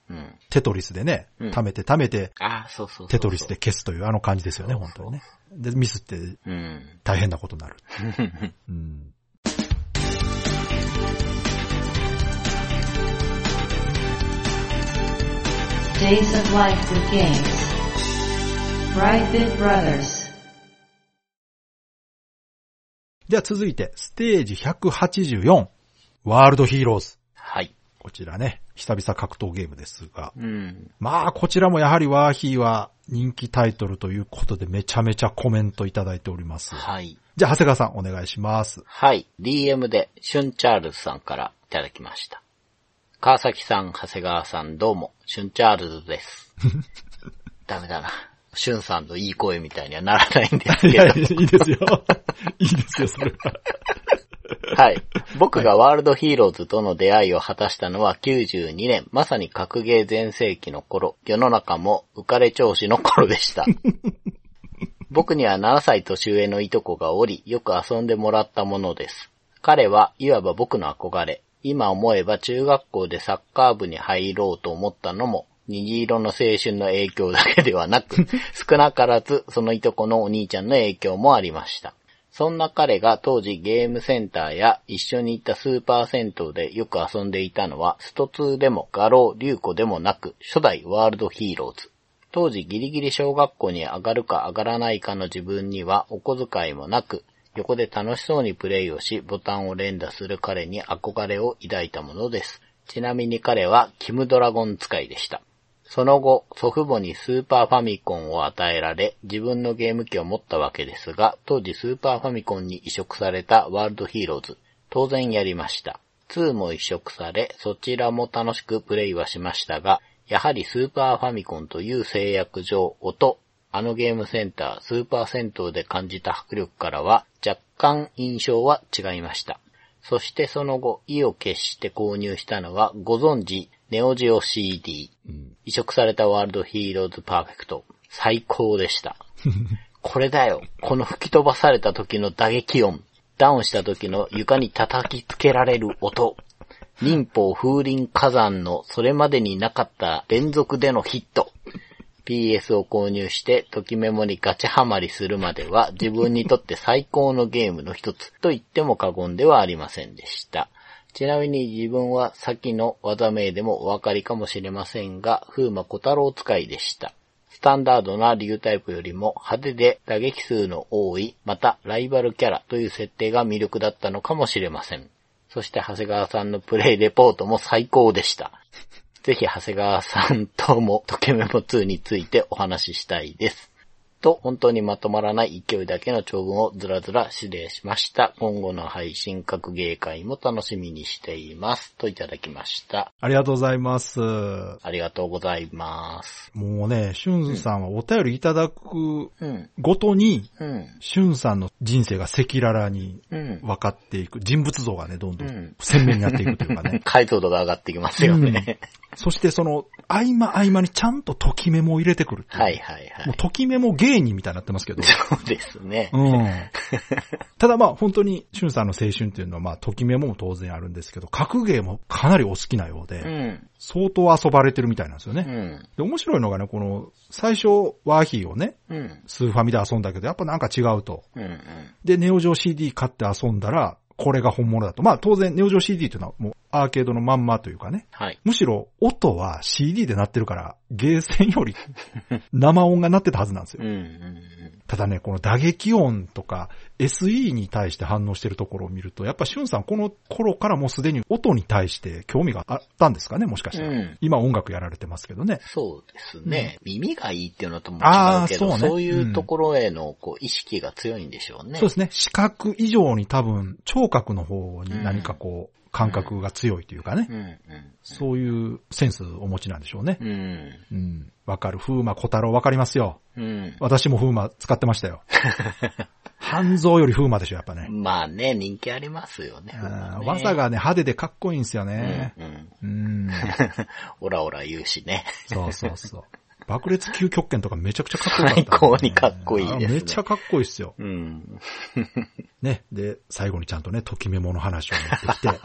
テトリスでね、貯めて、 そう。 テトリスで消すというあの感じですよね、本当にね。で、ミスって大変なことになる。 Days of Life with Games. Brightbit Brothers. では続いて、ステージ184、ワールドヒーローズ。 はい。 こちらね、久々格闘ゲームですが。まあ、こちらもやはりワーヒーは人気タイトルということでめちゃめちゃコメントいただいております。 はい。 じゃあ、長谷川さんお願いします。 はい。DM で、シュンチャールズさんからいただきました。川崎さん、長谷川さんどうも、シュンチャールズです。ダメだな。シュンさんのいい声みたいにはならないんですけど。 いや、いいですよ。いいですよ、それは。 はい。僕がワールドヒーローズとの出会いを果たしたのは92年、まさに格ゲー全盛期の頃、世の中も浮かれ調子の頃でした。僕には7歳年上のいとこがおり、よく遊んでもらったものです。彼はいわば僕の憧れ。今思えば中学校でサッカー部に入ろうと思ったのも、虹色の青春の影響だけではなく、少なからずそのいとこのお兄ちゃんの影響もありました。そんな彼が当時ゲームセンターや一緒に行ったスーパー銭湯でよく遊んでいたのはスト2でも画廊龍子でもなく初代ワールドヒーローズ。当時ギリギリ小学校に上がるか上がらないかの自分にはお小遣いもなく、横で楽しそうにプレイをしボタンを連打する彼に憧れを抱いたものです。ちなみに彼はキムドラゴン使いでした。その後、祖父母にスーパーファミコンを与えられ、自分のゲーム機を持ったわけですが、当時スーパーファミコンに移植されたワールドヒーローズ、当然やりました。2も移植され、そちらも楽しくプレイはしましたが、やはりスーパーファミコンという制約上、音、あのゲームセンター、スーパー銭湯で感じた迫力からは、若干印象は違いました。そしてその後、意を決して購入したのは、ご存知、ネオジオ CD、移植されたワールドヒーローズパーフェクト。最高でした。これだよ。この吹き飛ばされた時の打撃音。ダウンした時の床に叩きつけられる音。忍法風林火山のそれまでになかった連続でのヒット。PS を購入してときメモにガチハマりするまでは自分にとって最高のゲームの一つと言っても過言ではありませんでした。ちなみに自分は先の技名でもお分かりかもしれませんが、風魔小太郎使いでした。スタンダードな竜タイプよりも派手で打撃数の多い、またライバルキャラという設定が魅力だったのかもしれません。そして長谷川さんのプレイレポートも最高でした。ぜひ長谷川さんともトケメモ2についてお話ししたいです。と、本当にまとまらない勢いだけの長文をずらずら失礼しました。今後の配信格ゲー会も楽しみにしています。といただきました。 ありがとうございます。 ありがとうございます。 もうね、しゅんさんはお便りいただくごとに、しゅんさんの人生が赤裸々に分かっていく。人物像がね、どんどん鮮明になっていくというかね。 解像度が上がってきますよね。 そしてその、合間にちゃんとときメモを入れてくるっていう。 はいはいはい。 もうときメモ芸人みたいになってますけど。 そうですね。 ただまあ本当に、しゅんさんの青春っていうのはまあときメモも当然あるんですけど、格ゲーもかなりお好きなようで、相当遊ばれてるみたいなんですよね。で、面白いのがね、この、最初、ワーヒーをね、スーファミで遊んだけど、やっぱなんか違うと。で、ネオジオ CD 買って遊んだら、これが本物だと。まあ当然、ネオジオ CD というのはもうアーケードのまんまというかね。 はい。 むしろ音は CD で鳴ってるから、ゲーセンより生音が鳴ってたはずなんですよ。ただね、この打撃音とか SE に対して反応してるところを見ると、やっぱしゅんさんこの頃からもうすでに音に対して興味があったんですかね、もしかしたら。今音楽やられてますけどね。 そうですね。耳がいいっていうのとも違うけど、そういうところへのこう意識が強いんでしょうね。 そうですね。視覚以上に多分聴覚の方に何かこう、感覚が強いというかね。そういうセンスをお持ちなんでしょうね。わかる。風魔小太郎わかりますよ。私も風魔使ってましたよ。半蔵より風魔でしょ、やっぱね。 まあね、人気ありますよね。 技がね、派手でかっこいいんですよね。 オラオラ言うしね。 そうそうそう。爆裂究極拳とかめちゃくちゃかっこよかった、 最高にかっこいいですね。 めっちゃかっこいいっすよ。ね。で、最後にちゃんとね、ときメモの話を持ってきて、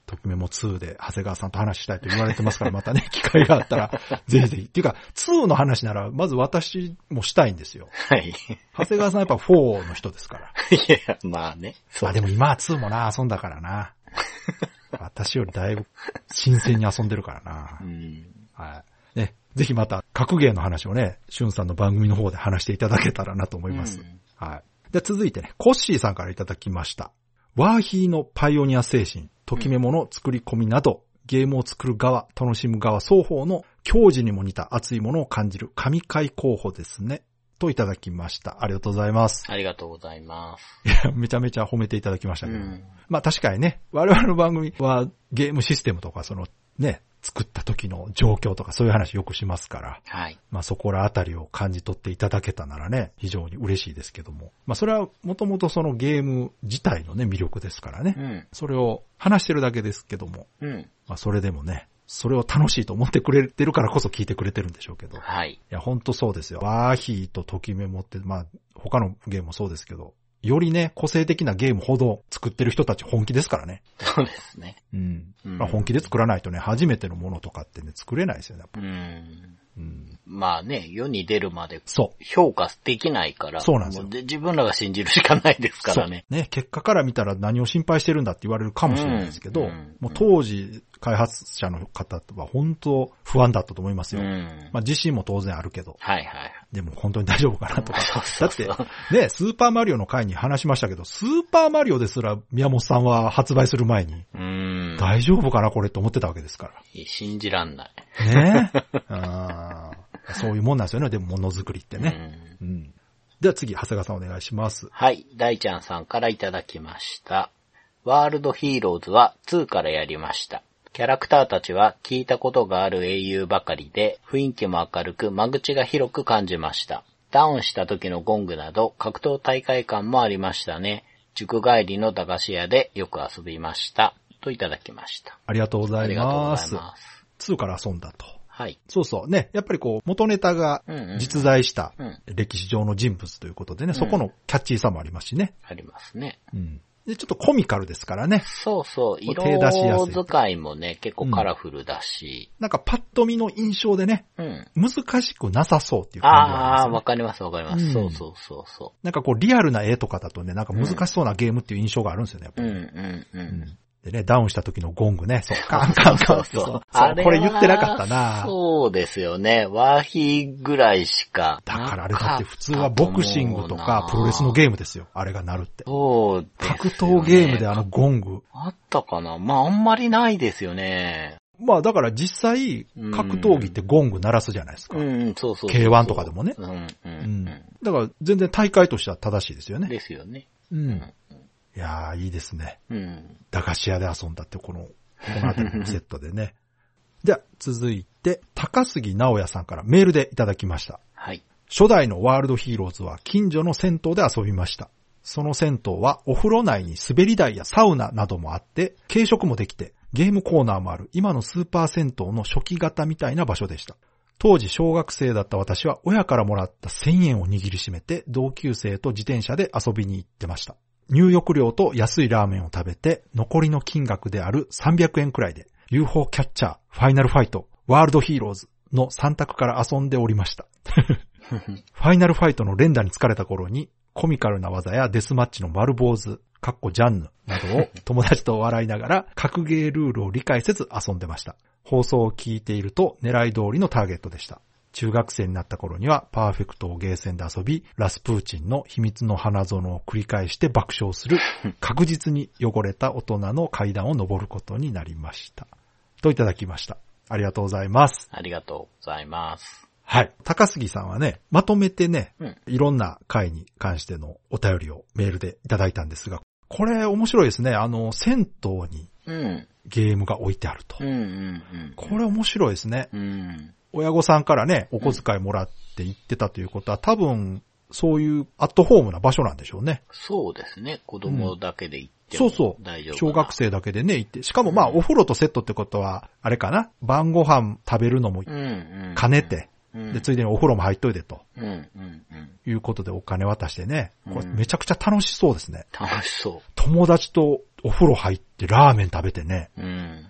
ときメモ2で長谷川さんと話したいと言われてますから、またね、機会があったら、ぜひぜひ。っていうか、2の話なら、まず私もしたいんですよ。 はい。 長谷川さんやっぱ4の人ですから。 いや、まあね。 まあでも今は2もな、遊んだからな。私よりだいぶ新鮮に遊んでるからな。はい。ね、ぜひまた、格ゲーの話をね、しゅんさんの番組の方で話していただけたらなと思います。はい。で、続いてね、コッシーさんからいただきました。ワーヒーのパイオニア精神、ときメモの作り込みなど、ゲームを作る側、楽しむ側双方の矜持にも似た熱いものを感じる神回候補ですね。といただきました。ありがとうございます。 ありがとうございます。 いや、めちゃめちゃ褒めていただきましたけど。まあ確かにね、我々の番組はゲームシステムとかそのね、作った時の状況とかそういう話よくしますから。 はい。 まあそこらあたりを感じ取っていただけたならね、非常に嬉しいですけども。まあそれはもともとそのゲーム自体のね、魅力ですからね。それを話してるだけですけども。まあそれでもね、それを楽しいと思ってくれてるからこそ聞いてくれてるんでしょうけど。 はい。 いや、ほんとそうですよ。ワーヒーとときメモって、まあ他のゲームもそうですけど、よりね、個性的なゲームほど作ってる人たち本気ですからね。 そうですね。 まあ、本気で作らないとね、初めてのものとかってね、作れないですよね、やっぱ。 まあね、世に出るまでそう。 評価できないから。 そうなんですよ。 で自分らが信じるしかないですからね。 ね、結果から見たら何を心配してるんだって言われるかもしれないですけど、もう当時開発者の方は本当不安だったと思いますよ。まあ自信も当然あるけど。 はいはい。 でも本当に大丈夫かなとか。だって、ね、スーパーマリオの回に話しましたけど、スーパーマリオですら宮本さんは発売する前に、大丈夫かなこれって思ってたわけですから。 信じらんない。 ねそういうもんなんですよね、でもものづくりってね。では次、長谷川さんお願いします。 はい、大ちゃんさんからいただきました。ワールドヒーローズは2からやりました。キャラクターたちは聞いたことがある英雄ばかりで、雰囲気も明るく間口が広く感じました。ダウンした時のゴングなど格闘大会感もありましたね。塾帰りの駄菓子屋でよく遊びました。といただきました。 ありがとうございます。ありがとうございます。2から遊んだと。はい。そうそうね。やっぱりこう、元ネタが実在した歴史上の人物ということでね、そこのキャッチーさもありますしね。 ありますね。 で、ちょっとコミカルですからね。 そうそう。色使いもね、結構カラフルだし。 なんかパッと見の印象でね、難しくなさそうっていう感じがあります、ね。 ああ、わかりますわかります。そうそうそうそう。 なんかこうリアルな絵とかだとね、なんか難しそうなゲームっていう印象があるんですよね、やっぱり。でね、ダウンした時のゴングね、そう、カンカンカンそう。これ言ってなかったな。 そうですよね。ワーヒーぐらいしか。 だからあれだって普通はボクシングとかプロレスのゲームですよ。あれが鳴るって。 そうですよね。 格闘ゲームであのゴング。 あったかな？まああんまりないですよね。 まあだから実際、格闘技ってゴング鳴らすじゃないですか。 そうそう。 K1 とかでもね。だから全然大会としては正しいですよね。 ですよね。 いやー、いいですね。駄菓子屋で遊んだってこのあたりのセットでね。では、続いて、高杉直也さんからメールでいただきました。 はい。 初代のワールドヒーローズは近所の銭湯で遊びました。その銭湯はお風呂内に滑り台やサウナなどもあって、軽食もできて、ゲームコーナーもある今のスーパー銭湯の初期型みたいな場所でした。当時小学生だった私は親からもらった1000円を握りしめて同級生と自転車で遊びに行ってました。入浴料と安いラーメンを食べて残りの金額である300円くらいで UFO キャッチャー、ファイナルファイト、ワールドヒーローズの3択から遊んでおりました。ファイナルファイトの連打に疲れた頃にコミカルな技やデスマッチの丸坊主、ジャンヌなどを友達と笑いながら格ゲールールを理解せず遊んでました。放送を聞いていると狙い通りのターゲットでした。中学生になった頃にはパーフェクトをゲーセンで遊び、ラスプーチンの秘密の花園を繰り返して爆笑する、確実に汚れた大人の階段を登ることになりました。といただきました。ありがとうございます。 ありがとうございます。 はい。高杉さんはね、まとめてね、いろんな回に関してのお便りをメールでいただいたんですが、これ面白いですね。銭湯にゲームが置いてあると。これ面白いですね。親御さんからね、お小遣いもらって行ってたということは、多分、そういうアットホームな場所なんでしょうね。 そうですね。子供だけで行っても大丈夫。そうそう。小学生だけでね、行って。しかもまあ、お風呂とセットってことは、あれかな。晩ご飯食べるのも兼ねて、で、ついでにお風呂も入っといてと。いうことでお金渡してね。これめちゃくちゃ楽しそうですね。 楽しそう。 友達とお風呂入ってラーメン食べてね。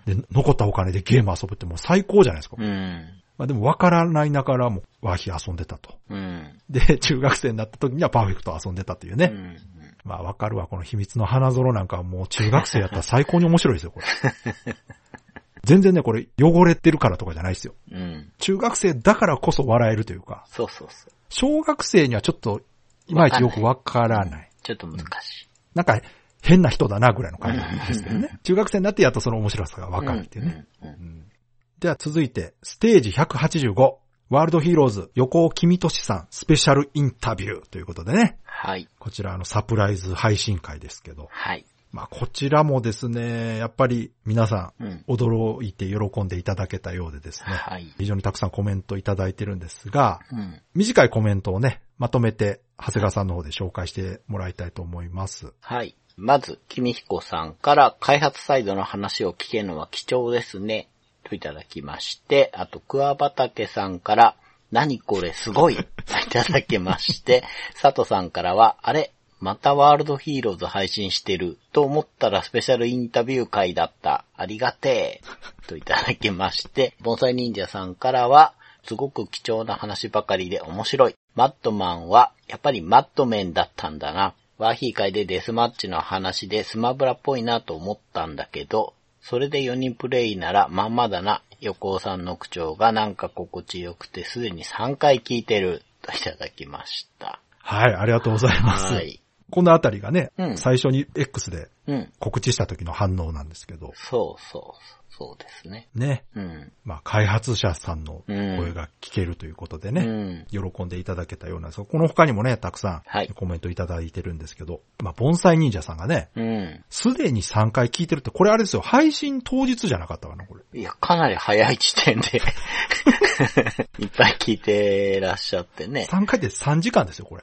で、残ったお金でゲーム遊ぶってもう最高じゃないですか。まあでも分からないながらもワーヒー遊んでたと。で、中学生になった時にはパーフェクト遊んでたというね。まあ分かるわ、この秘密の花園なんかはもう中学生やったら最高に面白いですよ、これ。全然ね、これ汚れてるからとかじゃないですよ。中学生だからこそ笑えるというか。 そうそうそう。 小学生にはちょっと、いまいちよく分からない。 ちょっと難しい。 なんか、変な人だなぐらいの感じですけどね。中学生になってやっとその面白さが分かるっていうね。では続いて、ステージ185、ワールドヒーローズ、横尾君俊さん、スペシャルインタビューということでね。 はい。 こちらサプライズ配信会ですけど。 はい。 まあこちらもですね、やっぱり皆さん、驚いて喜んでいただけたようでですね。はい。非常にたくさんコメントいただいてるんですが、短いコメントをね、まとめて、長谷川さんの方で紹介してもらいたいと思います。 はい。まず、君彦さんから開発サイドの話を聞けるのは貴重ですね。といただきまして、あと、桑畑さんから、何これすごいといただきまして、佐藤さんからは、あれまたワールドヒーローズ配信してると思ったらスペシャルインタビュー会だった。ありがてえ。といただきまして、盆栽忍者さんからは、すごく貴重な話ばかりで面白い。マットマンは、やっぱりマットメンだったんだな。ワーヒー会でデスマッチの話でスマブラっぽいなと思ったんだけど、それで4人プレイならまんまだな。横尾さんの口調がなんか心地よくてすでに3回聞いてる。といただきました。 はい、ありがとうございます。はい。このあたりがね、最初に X で告知した時の反応なんですけど。 そうですね。 ね。まあ、開発者さんの声が聞けるということでね、喜んでいただけたようなんですが、この他にもね、たくさんコメントいただいてるんですけど、まあ、盆栽忍者さんがね、すでに3回聞いてるって、これあれですよ、配信当日じゃなかったかな、これ。 いや、かなり早い時点で、いっぱい聞いてらっしゃってね。 3回で3時間ですよ、これ。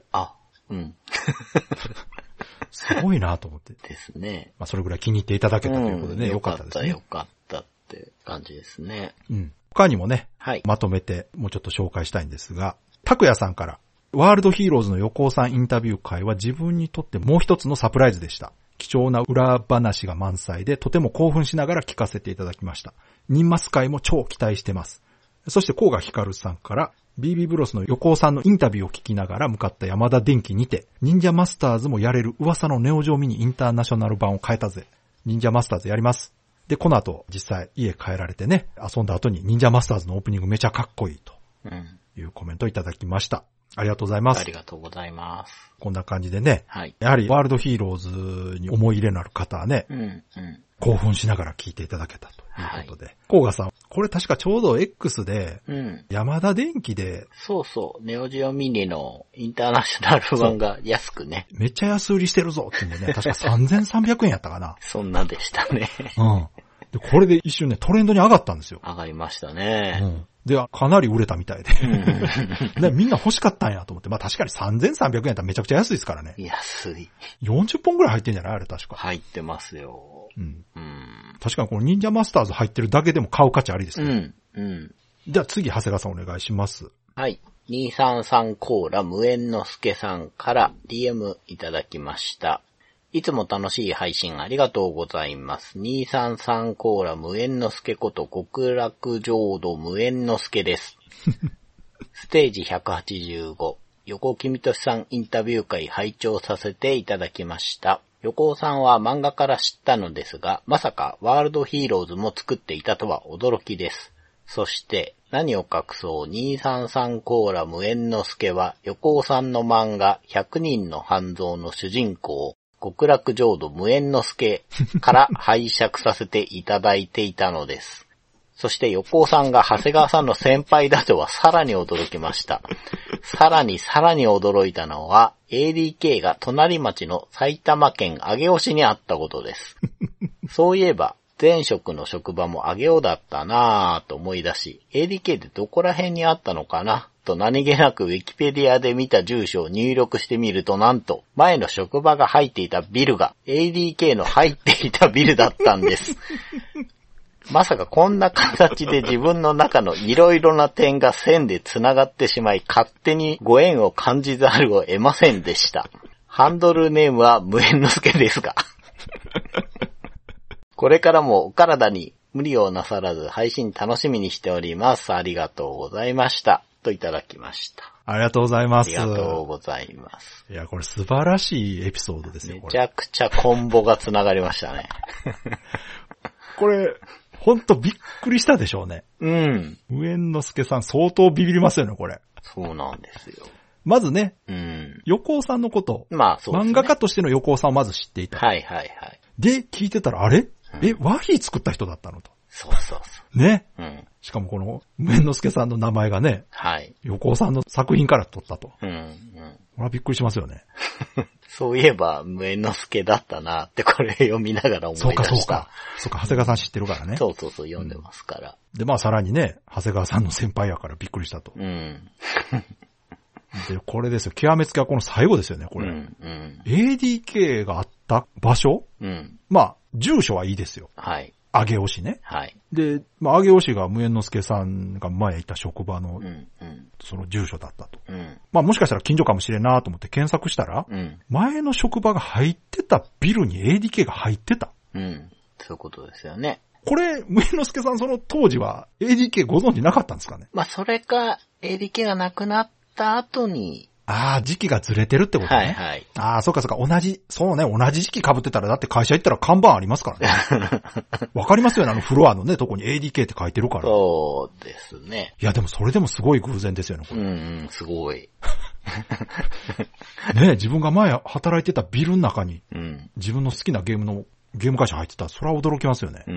すごいなと思って。 ですね。 まあ、それぐらい気に入っていただけたということでね、よかったですね。 よかったって感じですね。 他にもね、まとめてもうちょっと紹介したいんですが、拓也さんから、ワールドヒーローズの横尾さんインタビュー会は自分にとってもう一つのサプライズでした。貴重な裏話が満載で、とても興奮しながら聞かせていただきました。ニンマス会も超期待してます。そして、甲賀ひかるさんから、BB ブロスの横尾さんのインタビューを聞きながら向かった山田電機にて、忍者マスターズもやれる噂のネオジオミニインターナショナル版を変えたぜ。忍者マスターズやります。で、この後、実際家帰られてね、遊んだ後に忍者マスターズのオープニングめちゃかっこいいというコメントをいただきました。ありがとうございます。 ありがとうございます。 こんな感じでね、やはりワールドヒーローズに思い入れのある方はね、興奮しながら聞いていただけたということで。甲賀さん、これ確かちょうど X で、山田電機で、 ネオジオミニのインターナショナル版が安くね。 めっちゃ安売りしてるぞってんでね、確か3300円やったかな。 そんなでしたね。 で、これで一瞬ね、トレンドに上がったんですよ。 上がりましたね。 で、かなり売れたみたいで。でみんな欲しかったんやと思って。まあ確かに3300円やったらめちゃくちゃ安いですからね。 安い。 40本ぐらい入ってんじゃないあれ確か。 入ってますよ。 確かにこの忍者マスターズ入ってるだけでも買う価値ありですね。では次、長谷川さんお願いします。 はい。233コーラ無縁の助さんから DM いただきました。いつも楽しい配信ありがとうございます。233コーラ無縁の助こと極楽浄土無縁の助です。ステージ185、横尾君俊さんインタビュー会拝聴させていただきました。横尾さんは漫画から知ったのですが、まさかワールドヒーローズも作っていたとは驚きです。そして、何を隠そう233コーラ無縁の助は、横尾さんの漫画100人の半蔵の主人公、極楽浄土無縁の助から拝借させていただいていたのです。そして横尾さんが長谷川さんの先輩だとはさらに驚きました。さらに驚いたのは ADK が隣町の埼玉県上尾市にあったことです。そういえば前職の職場も上尾だったなぁと思い出し、ADK でどこら辺にあったのかなと何気なくウィキペディアで見た住所を入力してみるとなんと前の職場が入っていたビルが ADK の入っていたビルだったんです。まさかこんな形で自分の中のいろいろな点が線で繋がってしまい勝手にご縁を感じざるを得ませんでした。ハンドルネームは無縁の助ですが。これからもお体に無理をなさらず配信楽しみにしております。ありがとうございました。といただきました。 ありがとうございます。 ありがとうございます。 いや、これ素晴らしいエピソードですよ、 めちゃくちゃコンボが繋がりましたね。 これ、ほんとびっくりしたでしょうね。 うん。 上之助さん相当ビビりますよね、これ。 そうなんですよ。 まずね、 うん。 横尾さんのこと、 まあそうですね。 漫画家としての横尾さんをまず知っていた。 はいはいはい。 で、聞いてたら、あれ、ワヒー作った人だったのと。 そうそうそう。 ね。 うん。 しかもこの、上之助さんの名前がね、 はい。 横尾さんの作品から取ったと。 うん、うん。 これはびっくりしますよね。 そういえば、上之助だったなってこれ読みながら思い出した。 そうか。長谷川さん知ってるからね。 そう、読んでますから。 で、まあさらにね、長谷川さんの先輩やからびっくりしたと。 うん。 で、これですよ。極めつけはこの最後ですよね、これ。ADK があった場所、まあ、住所はいいですよ。 はい。 上尾市ね。 はい。 で、まあ、上尾市が無縁之助さんが前いた職場の、その住所だったと。まあ、もしかしたら近所かもしれんなと思って検索したら、前の職場が入ってたビルに ADK が入ってた。 そういうことですよね。 これ、無縁之助さんその当時は ADK ご存知なかったんですかね？ まあ、それか、ADK がなくなった後に、 時期がずれてるってことね。はいはい。そうか。同じ時期被ってたら、だって会社行ったら看板ありますからね。わかりますよね、フロアのね、とこに ADK って書いてるから。 そうですね。 いや、でもそれでもすごい偶然ですよね、これ。すごい。 ね、自分が前働いてたビルの中に、自分の好きなゲーム会社入ってたら、それは驚きますよね。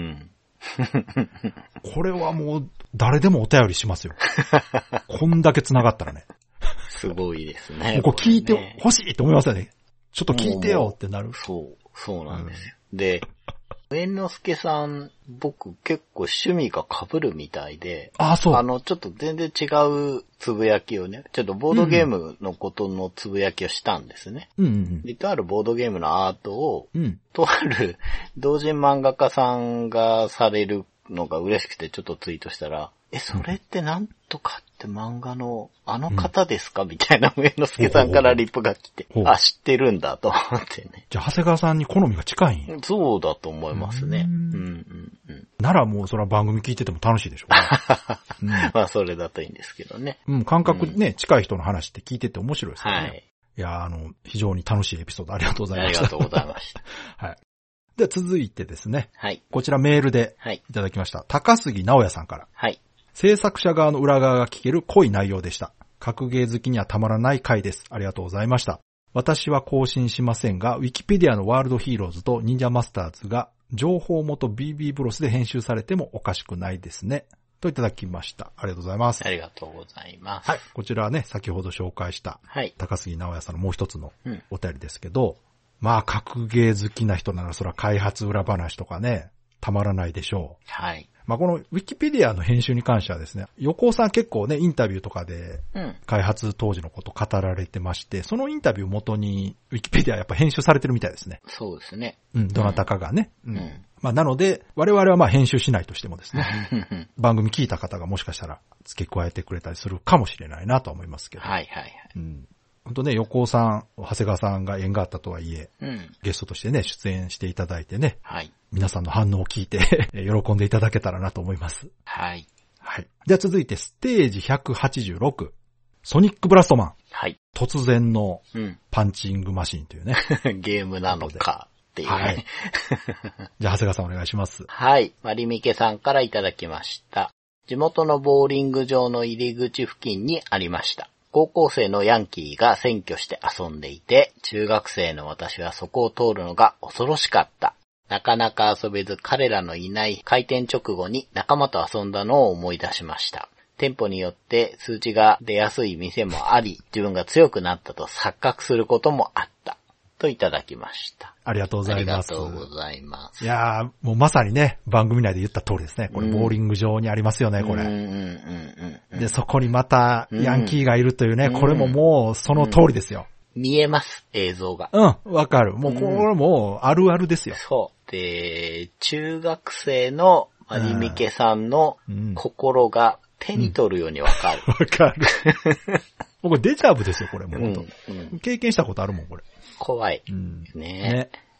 これはもう、誰でもお便りしますよ。こんだけ繋がったらね。 すごいですね。 もうこう聞いてほしいと思いますよね。ちょっと聞いてよってなる。 そうなんですよ。で、猿之助さん、僕結構趣味が被るみたいで、 そう。 ちょっと全然違うつぶやきをね、ちょっとボードゲームのことのつぶやきをしたんですね。で、とあるボードゲームのアートを、とある同人漫画家さんがされるのが嬉しくてちょっとツイートしたら、それってなんとかって漫画のあの方ですか、みたいな上之助さんからリプが来て、知ってるんだと思ってね。 じゃあ長谷川さんに好みが近いんや。 そうだと思いますね。 ならもうそれは番組聞いてても楽しいでしょうね。 まあそれだといいんですけどね。 感覚ね、近い人の話って聞いてて面白いですよね。はい。いや、非常に楽しいエピソードありがとうございました。 ありがとうございました。 はい。では続いてですね。 はい。 こちらメールでいただきました。高杉直也さんから。 はい。 制作者側の裏側が聞ける濃い内容でした。格ゲー好きにはたまらない回です。ありがとうございました。私は更新しませんが、ウィキペディアのワールドヒーローズと忍者マスターズが情報元 BB ブロスで編集されてもおかしくないですね。といただきました。ありがとうございます。 ありがとうございます。 はい。こちらはね、先ほど紹介した、高杉直也さんのもう一つのお便りですけど、まあ、格ゲー好きな人ならそれは開発裏話とかね、たまらないでしょう。 はい。 まあ、このウィキペディアの編集に関してはですね、横尾さん結構ね、インタビューとかで、開発当時のこと語られてまして、そのインタビューを元に、ウィキペディアやっぱ編集されてるみたいですね。 そうですね。 どなたかがね。まあ、なので、我々はまあ編集しないとしてもですね、番組聞いた方がもしかしたら付け加えてくれたりするかもしれないなと思いますけど。 はい。 本当ね、横尾さん、長谷川さんが縁があったとはいえ、ゲストとしてね、出演していただいてね、皆さんの反応を聞いて喜んでいただけたらなと思います。 はい。 では続いて、ステージ186、ソニックブラストマン。突然のパンチングマシンというね。 ゲームなのかっていうね。 じゃあ、長谷川さんお願いします。 はい。マリミケさんからいただきました。地元のボーリング場の入り口付近にありました。高校生のヤンキーが占拠して遊んでいて、中学生の私はそこを通るのが恐ろしかった。なかなか遊べず彼らのいない開店直後に仲間と遊んだのを思い出しました。店舗によって数値が出やすい店もあり、自分が強くなったと錯覚することもあった。といただきました。 ありがとうございます。 ありがとうございます。 いやー、もうまさにね、番組内で言った通りですね。これ、ボーリング場にありますよね、これ。で、そこにまた、ヤンキーがいるというね、これももう、その通りですよ。 見えます、映像が。 わかる。もう、これもう、あるあるですよ。 そう。で、中学生のマリミケさんの心が手に取るようにわかる。 わかる。もうこれデジャブですよ、これもう。経験したことあるもん、これ。 怖い。ね。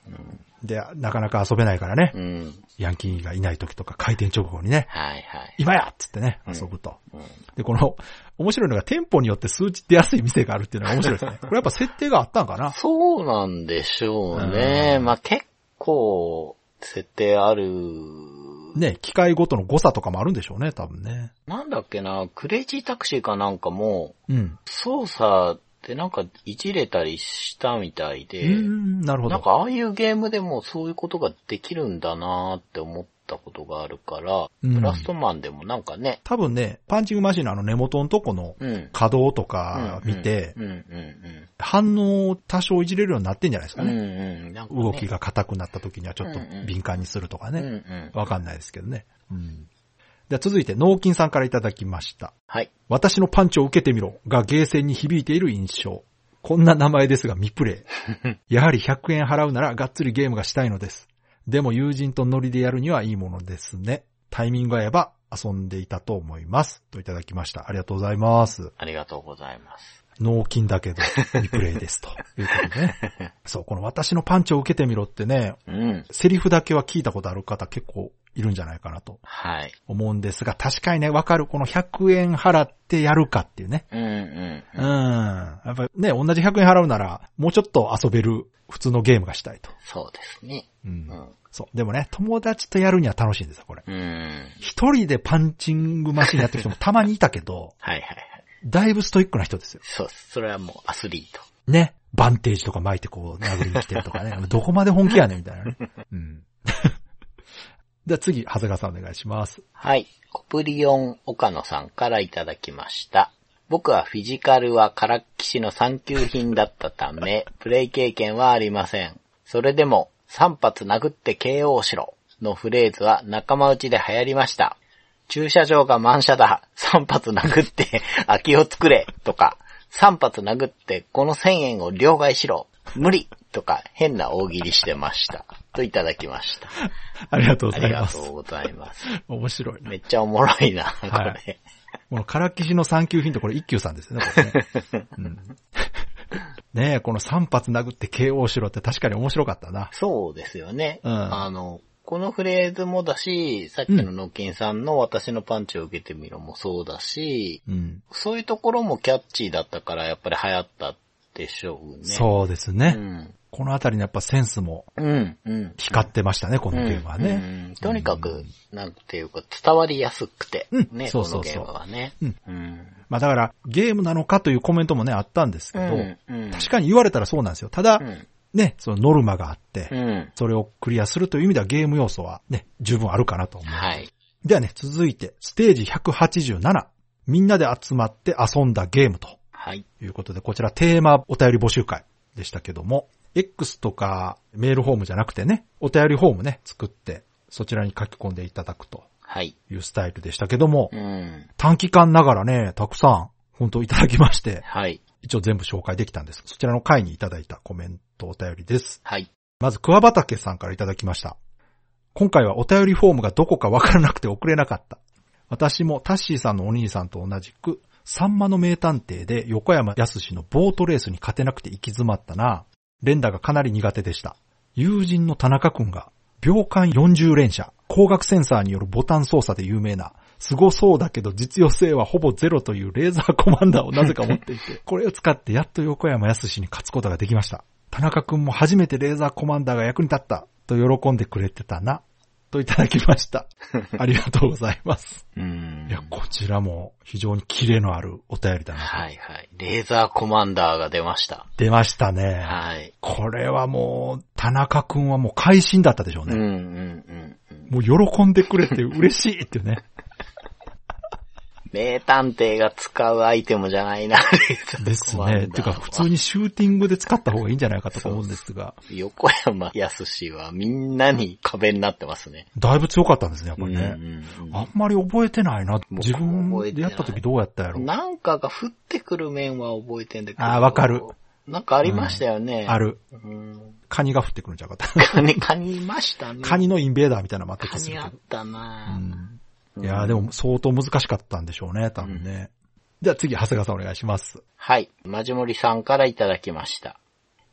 で、なかなか遊べないからね。 うん。 ヤンキーがいない時とか開店直後にね。 はいはい。 今やっつってね、遊ぶと。 うん。 で、この、面白いのが店舗によって数値出やすい店があるっていうのが面白いですね。これやっぱ設定があったんかな。 そうなんでしょうね。まあ結構、設定ある。 ね、機械ごとの誤差とかもあるんでしょうね、多分ね。 なんだっけな、クレイジータクシーかなんかも、 うん。 操作でなんかいじれたりしたみたいで、 なるほど。 なんかああいうゲームでもそういうことができるんだなーって思ったことがあるから、ブラストマンでもなんかね、 多分ね、パンチングマシンの根元のとこの可動とか見て、反応を多少いじれるようになってんじゃないですかね。なんかね、動きが硬くなった時にはちょっと敏感にするとかね。わかんないですけどね。では続いて、脳筋さんからいただきました。 はい。 私のパンチを受けてみろがゲーセンに響いている印象。こんな名前ですが未プレイ。やはり100円払うならがっつりゲームがしたいのです。でも友人とノリでやるにはいいものですね。タイミングが合えば遊んでいたと思います。といただきました。ありがとうございます。 ありがとうございます。 脳筋だけど未プレイですということでね。そう、この私のパンチを受けてみろってね、セリフだけは聞いたことある方結構いるんじゃないかなと思うんですが、確かにね、わかる。この100円払ってやるかっていうね。やっぱりね、同じ100円払うなら、もうちょっと遊べる普通のゲームがしたいと。 そうですね。 そう。でもね、友達とやるには楽しいんですよ、これ。一人でパンチングマシンやってる人もたまにいたけど、だいぶストイックな人ですよ。 そう、それはもうアスリート。 ね。バンテージとか巻いてこう殴りに来てるとかね。どこまで本気やねんみたいなね。では次、長谷川さんお願いします。 はい。コプリオン岡野さんからいただきました。僕はフィジカルはカラッキシの3級品だったため、プレイ経験はありません。それでも、3発殴って KO しろのフレーズは仲間内で流行りました。駐車場が満車だ。3発殴って空きを作れ。とか、3発殴ってこの1000円を両替しろ。無理とか変な大喜利してました。といただきました。 ありがとうございます。 ありがとうございます。 面白いね。 めっちゃおもろいな、これ。はい、 このカラキシの3級品とこれ1級さんですよね、これね。ねえ、この3発殴って KO しろって確かに面白かったな。 そうですよね。このフレーズもだし、さっきのノッキンさんの私のパンチを受けてみろもそうだし、そういうところもキャッチーだったからやっぱり流行ったでしょうね。 そうですね。このあたりのやっぱセンスも光ってましたね、このゲームはね。 とにかく、なんていうか伝わりやすくて、ね、このゲームはね。 まあだからゲームなのかというコメントもね、あったんですけど、確かに言われたらそうなんですよ。ただ、ね、そのノルマがあって、それをクリアするという意味ではゲーム要素はね、十分あるかなと思います。はい。ではね、続いて、ステージ187。みんなで集まって遊んだゲームと。はい。いうことで、こちらテーマお便り募集会でしたけども、X とかメールフォームじゃなくてね、お便りフォームね、作って、そちらに書き込んでいただくと。はい。いうスタイルでしたけども、短期間ながらね、たくさん、本当いただきまして、はい。一応全部紹介できたんです。そちらの回にいただいたコメントお便りです。はい。まず、桑畑さんからいただきました。今回はお便りフォームがどこかわからなくて送れなかった。私もタッシーさんのお兄さんと同じく、さんまの名探偵で横山やすしのボートレースに勝てなくて行き詰まったな。連打がかなり苦手でした。友人の田中くんが、秒間40連射、光学センサーによるボタン操作で有名な、凄そうだけど実用性はほぼゼロというレーザーコマンダーをなぜか持っていて、これを使ってやっと横山やすしに勝つことができました。田中くんも初めてレーザーコマンダーが役に立ったと喜んでくれてたな。といただきました。ありがとうございます。いや、こちらも非常にキレのあるお便りだな。 はいはい。レーザーコマンダーが出ました。 出ましたね。はい。これはもう、田中くんはもう会心だったでしょうね。もう喜んでくれて嬉しいっていうね。 名探偵が使うアイテムじゃないな。 ですね。てか普通にシューティングで使った方がいいんじゃないかとか思うんですが。 横山やすしはみんなに壁になってますね。 だいぶ強かったんですね、やっぱりね。あんまり覚えてないな。自分でやった時どうやったやろ。 なんかが降ってくる面は覚えてんだけど。 ああ、わかる。 なんかありましたよね。 ある。カニが降ってくるんちゃうかった。 カニいましたね。 カニのインベーダーみたいなのもあった気するけど。 カニあったなぁ。 いやーでも相当難しかったんでしょうね、多分ね。では次、長谷川さんお願いします。 はい。まじもりさんからいただきました。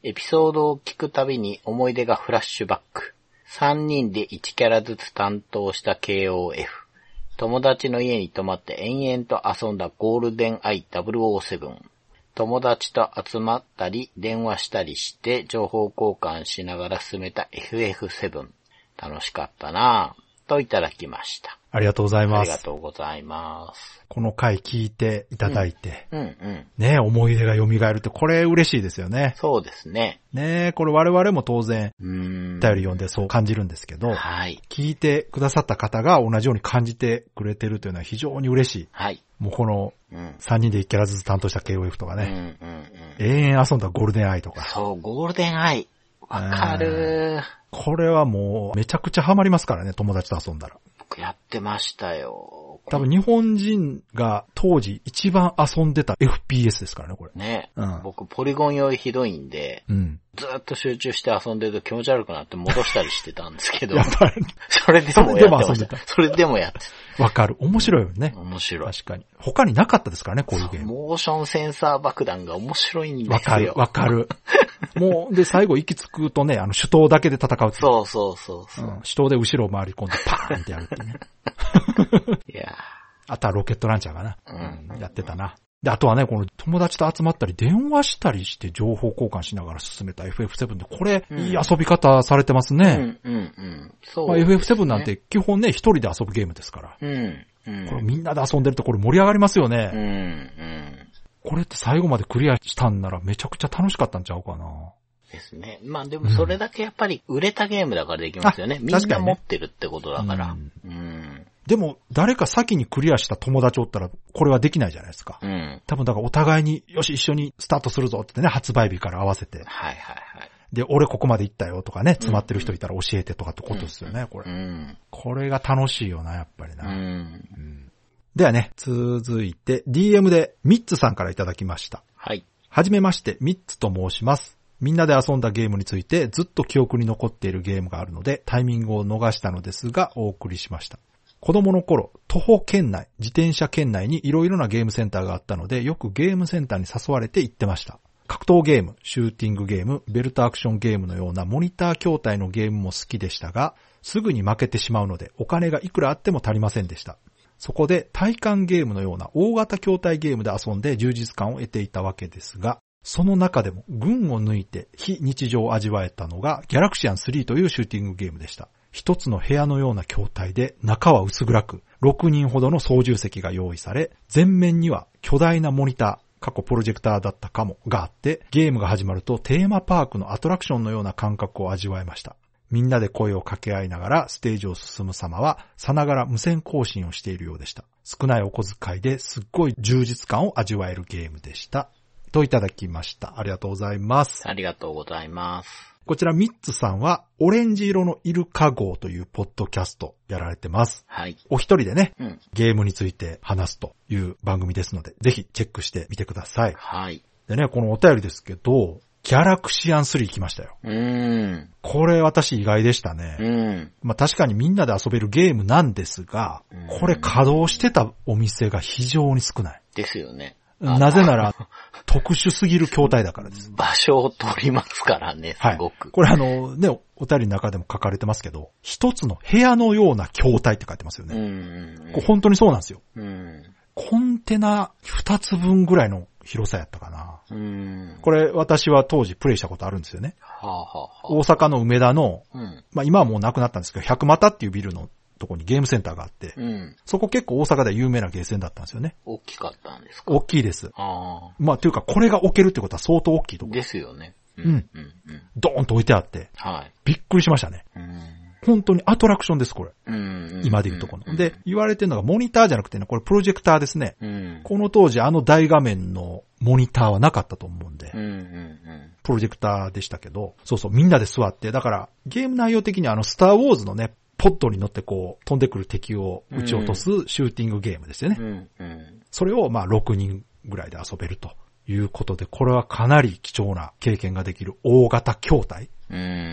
エピソードを聞くたびに思い出がフラッシュバック。3人で1キャラずつ担当した KOF。友達の家に泊まって延々と遊んだゴールデンアイ007。友達と集まったり電話したりして情報交換しながら進めた FF7。楽しかったなぁといただきました。 ありがとうございます。 ありがとうございます。 この回聞いていただいて、 ね思い出が蘇るってこれ嬉しいですよね。 そうですね。 これ我々も当然、 便り読んでそう感じるんですけど、 はい。 聞いてくださった方が同じように感じてくれてるというのは非常に嬉しい。 はい。 もうこの3人で1キャラずつ担当した KOF とかね、永遠遊んだゴールデンアイとか。 そう、ゴールデンアイ。わかる。 これはもうめちゃくちゃハマりますからね、友達と遊んだら。 僕やってましたよ。 多分日本人が当時一番遊んでた FPS ですからね、これ。 ね、僕ポリゴン酔いひどいんで、ずっと集中して遊んでると気持ち悪くなって戻したりしてたんですけど。 やっぱり。 それでもやってました。それでもやってた。わかる。面白いよね。 面白い。 確かに。他になかったですからね、こういうゲーム。 モーションセンサー爆弾が面白いんですよ。 わかる。もう、で、最後行き着くとね、手刀だけで戦う。 そう。 手刀で後ろを回り込んでパーンってやるってね。 いやあとはロケットランチャーかな。やってたな。で、あとはね、この友達と集まったり電話したりして情報交換しながら進めた FF7 で、これ、いい遊び方されてますね。 そう。 まあ、FF7 なんて基本ね、一人で遊ぶゲームですから。これみんなで遊んでるとこれ盛り上がりますよね。これって最後までクリアしたんならめちゃくちゃ楽しかったんちゃうかな。 ですね。まあでもそれだけやっぱり売れたゲームだからできますよね。みんな持ってるってことだから。 でも、誰か先にクリアした友達おったら、これはできないじゃないですか。多分だからお互いに、よし一緒にスタートするぞってね、発売日から合わせて。で、俺ここまで行ったよとかね、詰まってる人いたら教えてとかってことですよね、これ。これが楽しいよな、やっぱりな。ではね、続いて DM でミッツさんからいただきました。 はい。 はじめまして、ミッツと申します。みんなで遊んだゲームについてずっと記憶に残っているゲームがあるので、タイミングを逃したのですが、お送りしました。子供の頃、徒歩圏内、自転車圏内にいろいろなゲームセンターがあったので、よくゲームセンターに誘われて行ってました。格闘ゲーム、シューティングゲーム、ベルトアクションゲームのようなモニター筐体のゲームも好きでしたが、すぐに負けてしまうので、お金がいくらあっても足りませんでした。そこで体感ゲームのような大型筐体ゲームで遊んで充実感を得ていたわけですが、その中でも群を抜いて非日常を味わえたのがギャラクシアン3というシューティングゲームでした。一つの部屋のような筐体で中は薄暗く、6人ほどの操縦席が用意され、前面には巨大なモニター、過去プロジェクターだったかもがあって、ゲームが始まるとテーマパークのアトラクションのような感覚を味わえました。みんなで声を掛け合いながらステージを進む様はさながら無線更新をしているようでした。少ないお小遣いですっごい充実感を味わえるゲームでした。といただきました。ありがとうございます。 ありがとうございます。 こちらミッツさんはオレンジ色のイルカ号というポッドキャストやられてます。 はい。 お一人でね、ゲームについて話すという番組ですので、ぜひチェックしてみてください。 はい。 でね、このお便りですけど、ギャラクシアン3来ましたよ。これ私意外でしたね。まあ確かにみんなで遊べるゲームなんですが、これ稼働してたお店が非常に少ない。 ですよね。 なぜなら、特殊すぎる筐体だからです。 場所を取りますからね、すごく。 はい、これね、お便りの中でも書かれてますけど、一つの部屋のような筐体って書いてますよね。これ本当にそうなんですよ。コンテナ2つ分ぐらいの広さやったかな。これ私は当時プレイしたことあるんですよね。大阪の梅田の、まあ今はもうなくなったんですけど、百股っていうビルのとこにゲームセンターがあって、そこ結構大阪では有名なゲーセンだったんですよね。 大きかったんですか？ 大きいです。まあというかこれが置けるってことは相当大きいところ。 ですよね。 ドーンと置いてあって、びっくりしましたね。本当にアトラクションです、これ。今で言うとこの。で、言われてるのがモニターじゃなくてね、これプロジェクターですね。この当時大画面のモニターはなかったと思うんで、プロジェクターでしたけど、そうそう、みんなで座って、だからゲーム内容的にスターウォーズのね、ポッドに乗ってこう飛んでくる敵を撃ち落とすシューティングゲームですよね。それをまあ6人ぐらいで遊べるということで、これはかなり貴重な経験ができる大型筐体。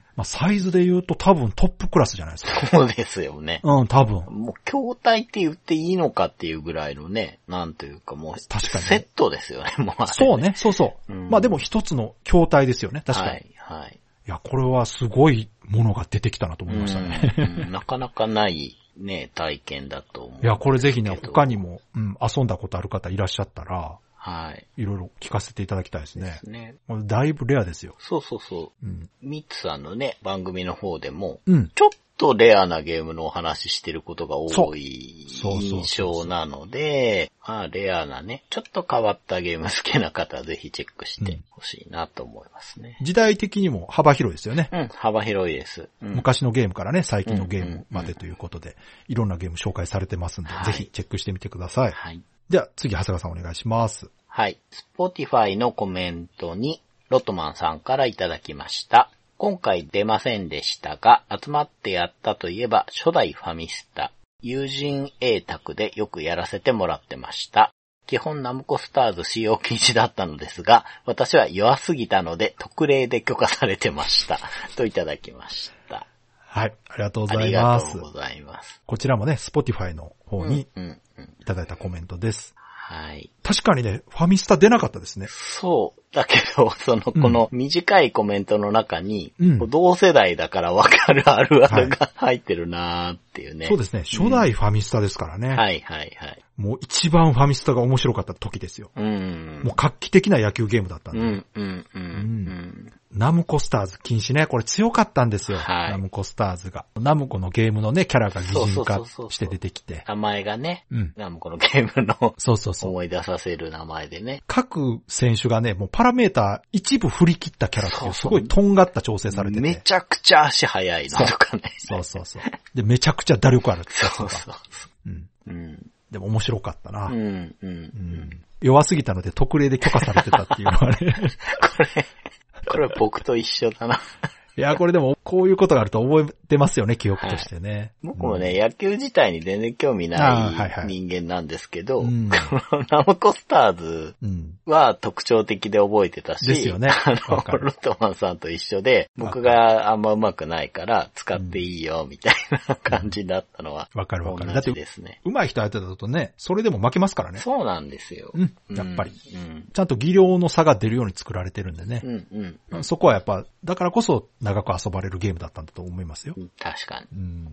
まあ、サイズで言うと多分トップクラスじゃないですか。 そうですよね。 うん、多分。 もう筐体って言っていいのかっていうぐらいのね、なんというかもう、 確かにセットですよね、もうあれね。 そうね、そうそう。 うんまあでも一つの筐体ですよね、確かに。 はい、はい。 いや、これはすごいものが出てきたなと思いましたね。 うんなかなかないね、体験だと思う。 いや、これぜひね、他にも、遊んだことある方いらっしゃったら、 はい。 いろいろ聞かせていただきたいですね。 ですね。 これだいぶレアですよ。 そうそうそう。ミッツさんのね、番組の方でも、 うん。 ちょっとレアなゲームのお話ししてることが多いそう印象なので、まあレアなね、ちょっと変わったゲーム好きな方はぜひチェックしてほしいなと思いますね。 時代的にも幅広いですよね。 うん、幅広いです。 昔のゲームからね、最近のゲームまでということで、いろんなゲーム紹介されてますんで、ぜひチェックしてみてください。 はい。 では次、長谷川さんお願いします。 はい。Spotify のコメントに、ロットマンさんからいただきました。今回出ませんでしたが、集まってやったといえば初代ファミスタ。友人 A 宅でよくやらせてもらってました。基本ナムコスターズ使用禁止だったのですが、私は弱すぎたので特例で許可されてました。といただきました。 はい。ありがとうございます。 ありがとうございます。 こちらもね、Spotify の方にいただいたコメントです。 はい。 確かにね、ファミスタ出なかったですね。 そう。だけど、この短いコメントの中に、同世代だからわかるあるあるが入ってるなーっていうね。 そうですね。初代ファミスタですからね。 はいはいはい。 もう一番ファミスタが面白かった時ですよ。もう画期的な野球ゲームだったんで。ナムコスターズ禁止ね。これ強かったんですよ。はい、ナムコスターズが。ナムコのゲームのね、キャラが擬人化して出てきて。 名前がね、ナムコのゲームのそう思い出させる名前でね。 各選手がね、もうパラメーター一部振り切ったキャラっていうすごいとんがった調整されてて。 めちゃくちゃ足速いのとかね。 そう。で、めちゃくちゃ打力あるってやつとか。 そう。 でも面白かったな。弱すぎたので特例で許可されてたっていうのはね。 これ僕と一緒だな。 いや、これでも、こういうことがあると覚えてますよね、記憶としてね。はい、 僕もね、野球自体に全然興味ない人間なんですけど、このナムコスターズは特徴的で覚えてたし、 ですよね。 ロットマンさんと一緒で、僕があんま上手くないから使っていいよ、みたいな感じだったのは、 わかる。 だってですね。 上手い人相手だとね、それでも負けますからね。 そうなんですよ。 やっぱり。ちゃんと技量の差が出るように作られてるんでね。そこはやっぱ、だからこそ長く遊ばれるゲームだったんだと思いますよ。 確かに。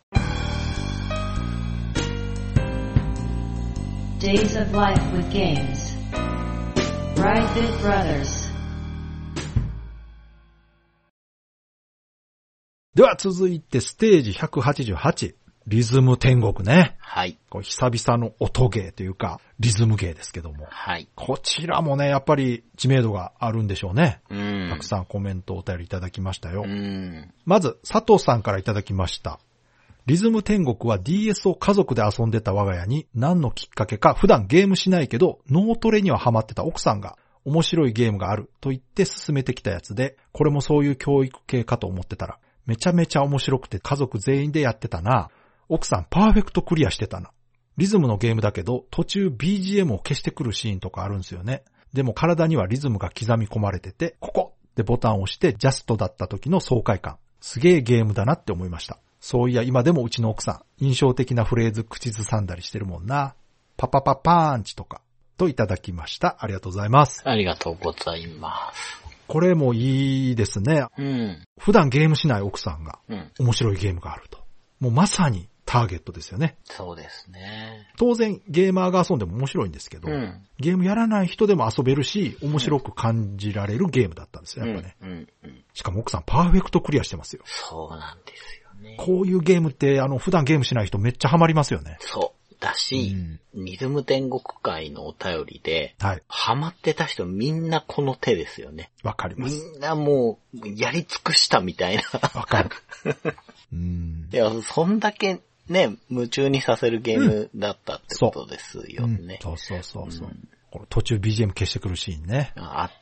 Days of Life with Games Brightbit Brothers では続いてステージ188リズム天国ね。 はい。 こう久々の音ゲーというか、リズムゲーですけども。 はい。 こちらもね、やっぱり知名度があるんでしょうね。たくさんコメントお便りいただきましたよ。まず、佐藤さんからいただきました。リズム天国は DS を家族で遊んでた我が家に何のきっかけか普段ゲームしないけど脳トレにはハマってた奥さんが面白いゲームがあると言って進めてきたやつで、これもそういう教育系かと思ってたらめちゃめちゃ面白くて家族全員でやってたな。奥さんパーフェクトクリアしてたな。リズムのゲームだけど途中 BGM を消してくるシーンとかあるんですよね。でも体にはリズムが刻み込まれてて、ここってボタンを押してジャストだった時の爽快感。すげえゲームだなって思いました。そういや今でもうちの奥さん印象的なフレーズ口ずさんだりしてるもんな。パパパパーンチとかといただきました。ありがとうございます。 ありがとうございます。 これもいいですね。普段ゲームしない奥さんが面白いゲームがあると。もうまさにターゲットですよね。 そうですね。 当然ゲーマーが遊んでも面白いんですけど、ゲームやらない人でも遊べるし、面白く感じられるゲームだったんですよ、やっぱね。しかも奥さんパーフェクトクリアしてますよ。 そうなんですよね。 こういうゲームって普段ゲームしない人めっちゃハマりますよね。 そうだし、リズム天国会のお便りで、ハマってた人みんなこの手ですよね。 わかります。 みんなもうやり尽くしたみたいな。 わかる。 いや、そんだけね、夢中にさせるゲームだったってことですよね。 そう。これ途中 BGM 消してくるシーンね。 あった。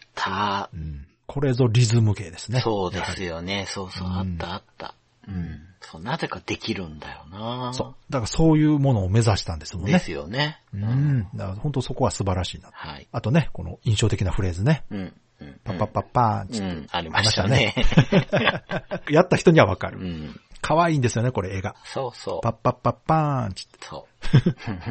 これぞリズムゲーですね。 そうですよね。そう、あった。そう、なぜかできるんだよな。 そう。だからそういうものを目指したんですもんね。 ですよね。 だから本当そこは素晴らしいな。 はい。 あとね、この印象的なフレーズね。パパパパパーン、 ありましたね。 やった人にはわかる。 うん。 可愛いんですよね、これ絵が。 そうそう。 パッパッパッパーンって。 そう。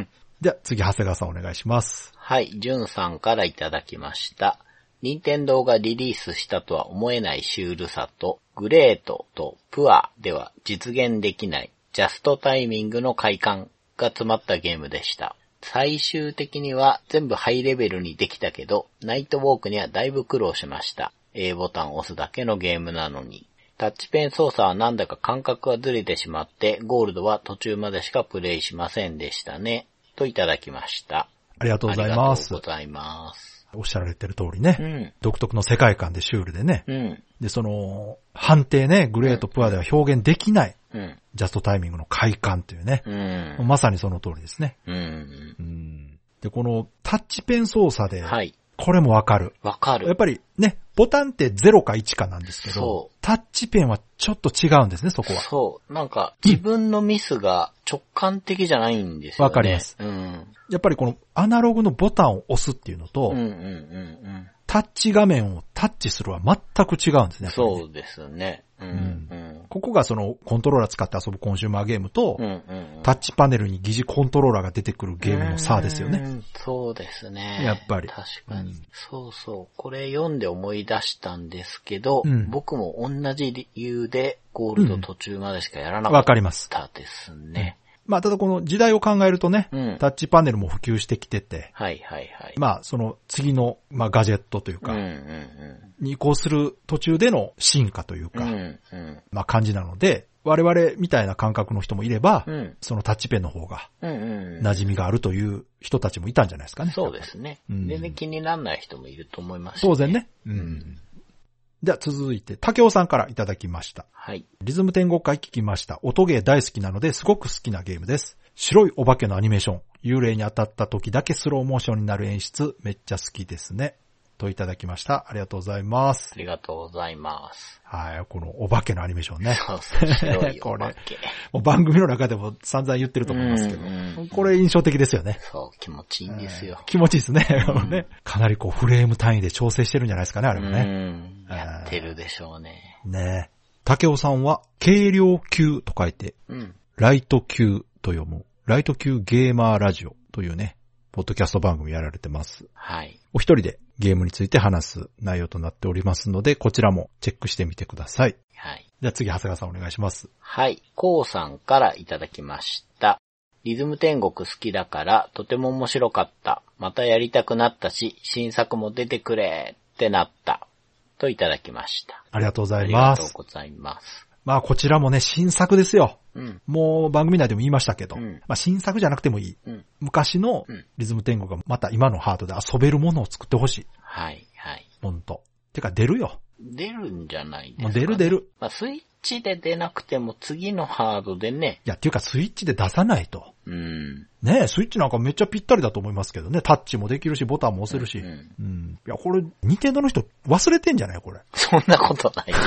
じゃあ次、長谷川さんお願いします。 はい、じゅんさんからいただきました。任天堂がリリースしたとは思えないシュールさと、グレートとプアでは実現できないジャストタイミングの快感が詰まったゲームでした。最終的には全部ハイレベルにできたけど、ナイトウォークにはだいぶ苦労しました。A ボタンを押すだけのゲームなのに。タッチペン操作はなんだか感覚がずれてしまって、ゴールドは途中までしかプレイしませんでしたね。といただきました。 ありがとうございます。 ありがとうございます。 おっしゃられてる通りね、うん。独特の世界観でシュールでね。 うん、 で、その、判定ね、グレートプアでは表現できない、 うん、 ジャストタイミングの快感というね。 うん、 まさにその通りですね。 うんうん、で、このタッチペン操作で、 はい。 これもわかる。 わかる。 やっぱりね、ボタンって0か1かなんですけど、タッチペンはちょっと違うんですね、そこは。 そう。なんか、自分のミスが直感的じゃないんですよね。 わかります。 うん。 やっぱりこのアナログのボタンを押すっていうのと、タッチ画面をタッチするは全く違うんですね。 そうですね。 ここがそのコントローラー使って遊ぶコンシューマーゲームと、タッチパネルに疑似コントローラーが出てくるゲームの差ですよね。 そうですね。 やっぱり。 確かに。そうそう。これ読んで思い出したんですけど、僕も同じ理由でゴールド途中までしかやらなかったですね。 まあ、ただこの時代を考えるとね、タッチパネルも普及してきてて、 はいはいはい。 まあ、その次の、まあ、ガジェットというか、に移行する途中での進化というか、まあ、感じなので、我々みたいな感覚の人もいれば、そのタッチペンの方が、馴染みがあるという人たちもいたんじゃないですかね。 そうですね。全然気にならない人もいると思います、 当然ね。では続いて、竹尾さんからいただきました。 はい。 リズム天国会聞きました。音ゲー大好きなのですごく好きなゲームです。白いお化けのアニメーション。幽霊に当たった時だけスローモーションになる演出。めっちゃ好きですね。といただきました。ありがとうございます。 ありがとうございます。 はい。このお化けのアニメーションね。 そうそう。白いお化け。 もう番組の中でも散々言ってると思いますけど。これ印象的ですよね。 そう。気持ちいいんですよ。 気持ちいいですね。かなりこうフレーム単位で調整してるんじゃないですかね、あれもね。 やってるでしょうね。 ね。竹尾さんは、軽量級と書いて、ライト級と読む、ライト級ゲーマーラジオというね、ポッドキャスト番組やられてます。 はい。 お一人でゲームについて話す内容となっておりますので、こちらもチェックしてみてください。 はい。 じゃあ次、長谷川さんお願いします。 はい。こうさんからいただきました。リズム天国好きだから、とても面白かった。またやりたくなったし、新作も出てくれってなった。といただきました。 ありがとうございます。 ありがとうございます。 まあこちらもね、新作ですよ。もう番組内でも言いましたけど、まあ新作じゃなくてもいい。昔のリズム天国がまた今のハードで遊べるものを作ってほしい。 はいはい。 ほんと。てか出るよ。 出るんじゃないですか、ね。 もう出る。 まあスイッチで出なくても次のハードでね。 いや、っていうかスイッチで出さないと。ねえ、スイッチなんかめっちゃぴったりだと思いますけどね。タッチもできるし、ボタンも押せるし。いや、これ、ニンテンドーの人忘れてんじゃないこれ。 そんなことないです。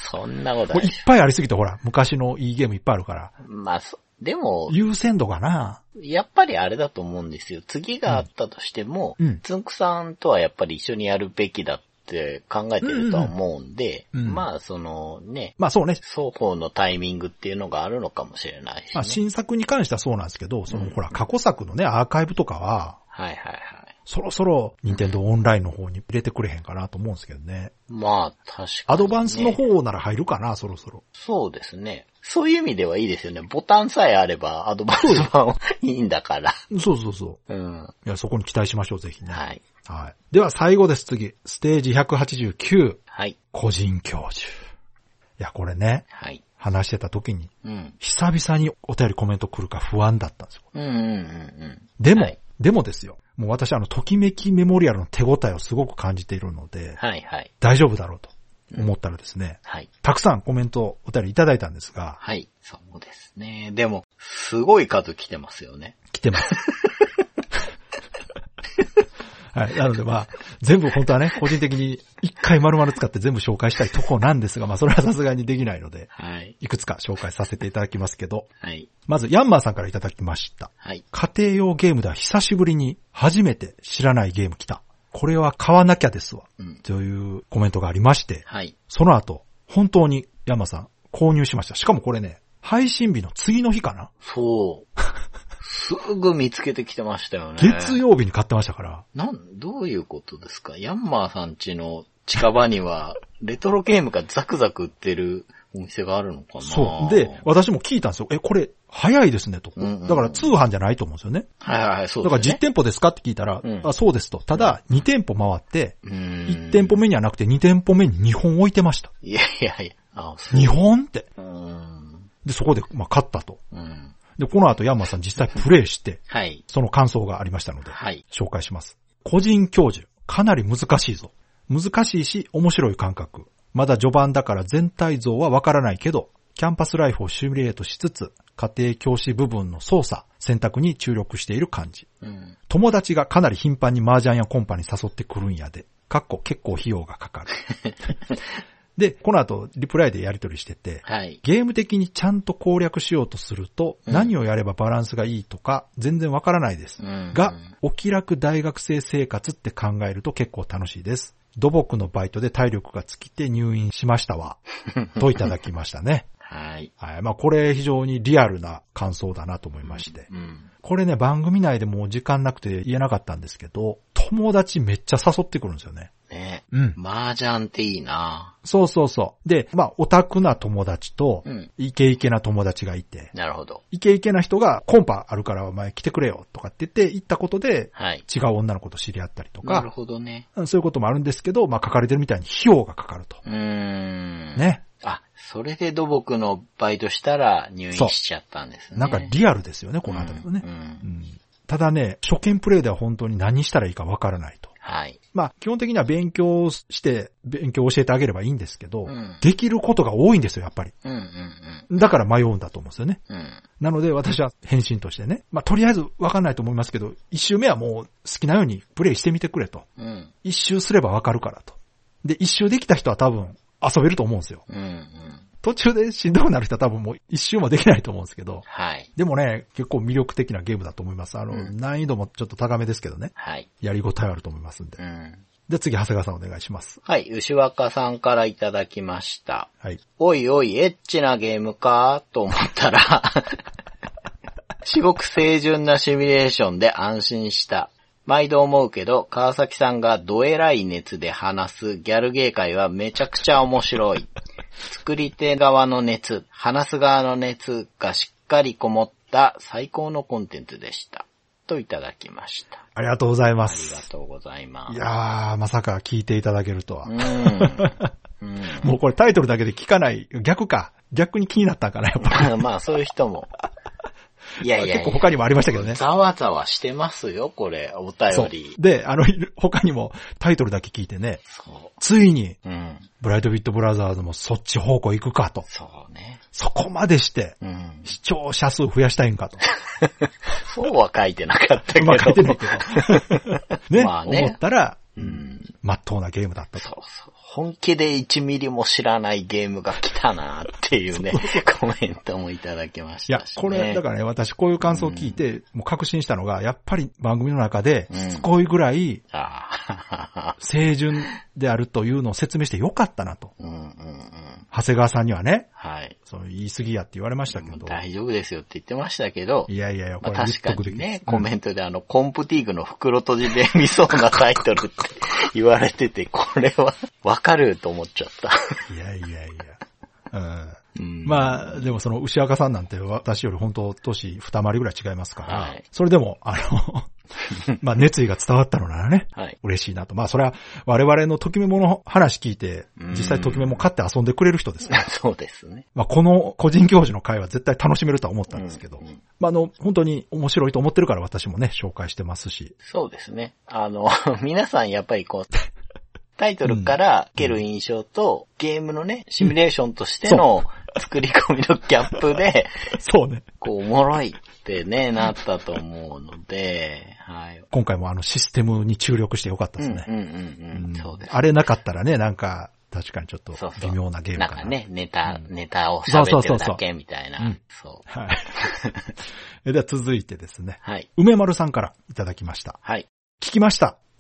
そんなことない。 いっぱいありすぎて、ほら、昔のいいゲームいっぱいあるから。 まあ、でも、 優先度がな。 やっぱりあれだと思うんですよ。次があったとしても、つんくさんとはやっぱり一緒にやるべきだって考えてるとは思うんで、まあそのね、 まあそうね、 双方のタイミングっていうのがあるのかもしれないし、ね。 まあ新作に関してはそうなんですけど、そのほら過去作のね、アーカイブとかは、そろそろ任天堂オンラインの方に入れてくれへんかなと思うんですけどね。 まあ確かに、ね。 アドバンスの方なら入るかな、そろそろ。 そうですね。そういう意味ではいいですよね。ボタンさえあればアドバンス版いいんだから。 そう。いや、そこに期待しましょう、ぜひね。はい。では最後です、次。ステージ189。 はい。 個人教授。いや、これね。 はい。 話してた時に、久々にお便りコメント来るか不安だったんですよ。でもですよ。もう私ときめきメモリアルの手応えをすごく感じているので、大丈夫だろうと思ったらですね、たくさんコメントお便りいただいたんですが、 はい、そうですね。でも、すごい数来てますよね。 来てます。はい。なのでまあ、全部本当はね、個人的に一回丸々使って全部紹介したいとこなんですが、まあそれはさすがにできないので、いくつか紹介させていただきますけど、まずヤンマーさんからいただきました。家庭用ゲームでは久しぶりに初めて知らないゲーム来た。 これは買わなきゃですわ。 うん。 というコメントがありまして、 はい。 その後、本当に山さん購入しました。しかもこれね、配信日の次の日かな？ そう。すぐ見つけてきてましたよね。 月曜日に買ってましたから。 どういうことですか？ヤンマーさん家の近場には、レトロゲームがザクザク売ってるお店があるのかな？ そう。で、私も聞いたんですよ。これ、早いですね、と。 うんうん、 だから通販じゃないと思うんですよね。 はいはい、そうですね。 だから実店舗ですかって聞いたら、 うん、 あ、そうですと。ただ、2店舗回って、 1 1店舗目にはなくて2店舗目に2本置いてました。 いやいやいや。あ、そう。 2本って。で、そこで、買ったと。 うん、 で、この後、ヤンマーさん実際プレイして、 はい。 その感想がありましたので、 はい。 紹介します。個人教授。かなり難しいぞ。難しいし、面白い感覚。まだ序盤だから全体像はわからないけど、キャンパスライフをシミュレートしつつ、家庭教師部分の操作、選択に注力している感じ。 うん、 友達がかなり頻繁に麻雀やコンパに誘ってくるんやで。結構費用がかかる。で、この後、リプライでやり取りしてて、 はい、 ゲーム的にちゃんと攻略しようとすると、何をやればバランスがいいとか、全然わからないです。が、お気楽大学生生活って考えると結構楽しいです。土木のバイトで体力が尽きて入院しましたわ。といただきましたね。 はい。 はい。これ非常にリアルな感想だなと思いまして。これね、番組内でもう時間なくて言えなかったんですけど、友達めっちゃ誘ってくるんですよね。 ね。 うん。 麻雀っていいな。 そうそうそう。で、オタクな友達と、イケイケな友達がいて。 なるほど。 イケイケな人がコンパあるからお前来てくれよとかって言って行ったことで、 はい。 違う女の子と知り合ったりとか。 なるほどね。 そういうこともあるんですけど、書かれてるみたいに費用がかかると。ね。 あ、それで土木のバイトしたら入院しちゃったんですね。 なんかリアルですよね、このあたりのね。ただね、初見プレイでは本当に何したらいいかわからないと。 はい。 基本的には勉強して勉強を教えてあげればいいんですけど、できることが多いんですよ、やっぱり。だから迷うんだと思うんですよね。なので私は返信としてね、とりあえずわかんないと思いますけど、一周目はもう好きなようにプレイしてみてくれと。一周すればわかるからと。で、一周できた人は多分遊べると思うんですよ。途中でしんどくなる人は多分もう一周もできないと思うんですけど。 はい。 でもね、結構魅力的なゲームだと思います。難易度もちょっと高めですけどね。 はい。 やりごたえあると思いますんで。で、次、長谷川さんお願いします。 はい。牛若さんからいただきました。 はい。 おいおい、エッチなゲームかと思ったら、至極清純なシミュレーションで安心した。毎度思うけど、川崎さんがどえらい熱で話すギャルゲー界はめちゃくちゃ面白い。作り手側の熱、話す側の熱がしっかりこもった最高のコンテンツでした。といただきました。 ありがとうございます。 ありがとうございます。 いやー、まさか聞いていただけるとは。もうこれタイトルだけで聞かない。逆に気になったんかな、やっぱ。 そういう人も。いや結構他にもありましたけどね。 ざわざわしてますよ、これ、お便り。 で、他にもタイトルだけ聞いてね。ついに、ブライトビットブラザーズもそっち方向行くかと。 そうね。 そこまでして、視聴者数増やしたいんかと。 そうは書いてなかったけど。 書いてないけど。ね。思ったら、まっとうなゲームだったと。 そうそう。本気で1ミリも知らないゲームが来たなっていうね、コメントもいただきましたし、ね。いや、 これ、だからね、私こういう感想を聞いて、もう確信したのが、やっぱり番組の中で、しつこいぐらい、清純であるというのを説明してよかったなと。長谷川さんにはね、 はい。 言い過ぎやって言われましたけど。 大丈夫ですよって言ってましたけど。 いやいやいや、これ確かにね、コメントでコンプティーグの袋閉じで見そうなタイトルって言われてて、これはわかると思っちゃった。 いやいやいや。でも牛若さんなんて私より本当年二回りぐらい違いますから、はい、それでも、熱意が伝わったのならね、はい、嬉しいなと。それは我々のときめもの話聞いて、実際ときめも買って遊んでくれる人ですね。 そうですね。 この個人教授の会は絶対楽しめるとは思ったんですけど、本当に面白いと思ってるから私もね、紹介してますし。 そうですね。皆さんやっぱりタイトルから受ける印象と、ゲームのね、シミュレーションとしての作り込みのギャップで、 そうね。 おもろいってね、なったと思うので、はい。 今回もシステムに注力してよかったですね。 そうです。 あれなかったらね、確かにちょっと微妙なゲームかな。 なんかね、ネタを喋ってるだけみたいな。そう。 はい。では続いてですね。 はい。 梅丸さんからいただきました。 はい。 聞きました。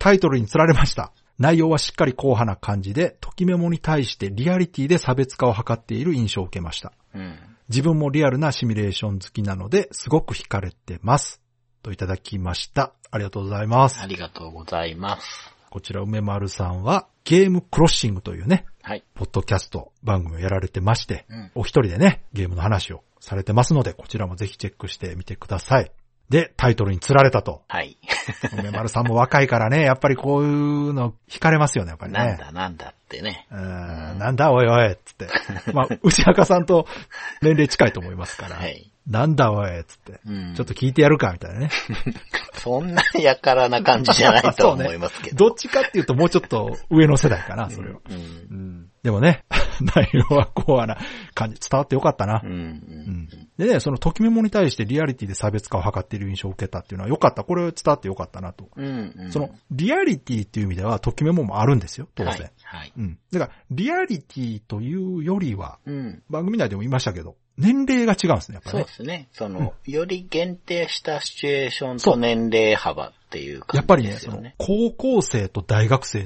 タイトルに釣られました。内容はしっかり硬派な感じで、ときメモに対してリアリティで差別化を図っている印象を受けました。自分もリアルなシミュレーション好きなので、すごく惹かれてます。といただきました。ありがとうございます。 ありがとうございます。 こちら梅丸さんはゲームクロッシングというね、 はい、 ポッドキャスト番組をやられてまして、お一人でね、ゲームの話をされてますので、こちらもぜひチェックしてみてください。で、タイトルに釣られたと。 はい。 梅丸さんも若いからね、やっぱりこういうの惹かれますよね、やっぱりね。 なんだってね。 なんだおいおい、つって。まあ、牛若さんと年齢近いと思いますから。はい。なんだおい、つって。ちょっと聞いてやるか、みたいなね。 そんなやからな感じじゃないと思いますけど。 どっちかっていうともうちょっと上の世代かな、それは。でもね、内容はコアな感じ、伝わってよかったな。でね、そのときメモに対してリアリティで差別化を図っている印象を受けたっていうのはよかった。これ伝わってよかったなと。そのリアリティっていう意味ではときメモもあるんですよ、当然。だから、リアリティというよりは、番組内でも言いましたけど、年齢が違うんですね、やっぱりね。 そうですね。より限定したシチュエーションと年齢幅っていう感じですよね。 やっぱりね、高校生と大学生って、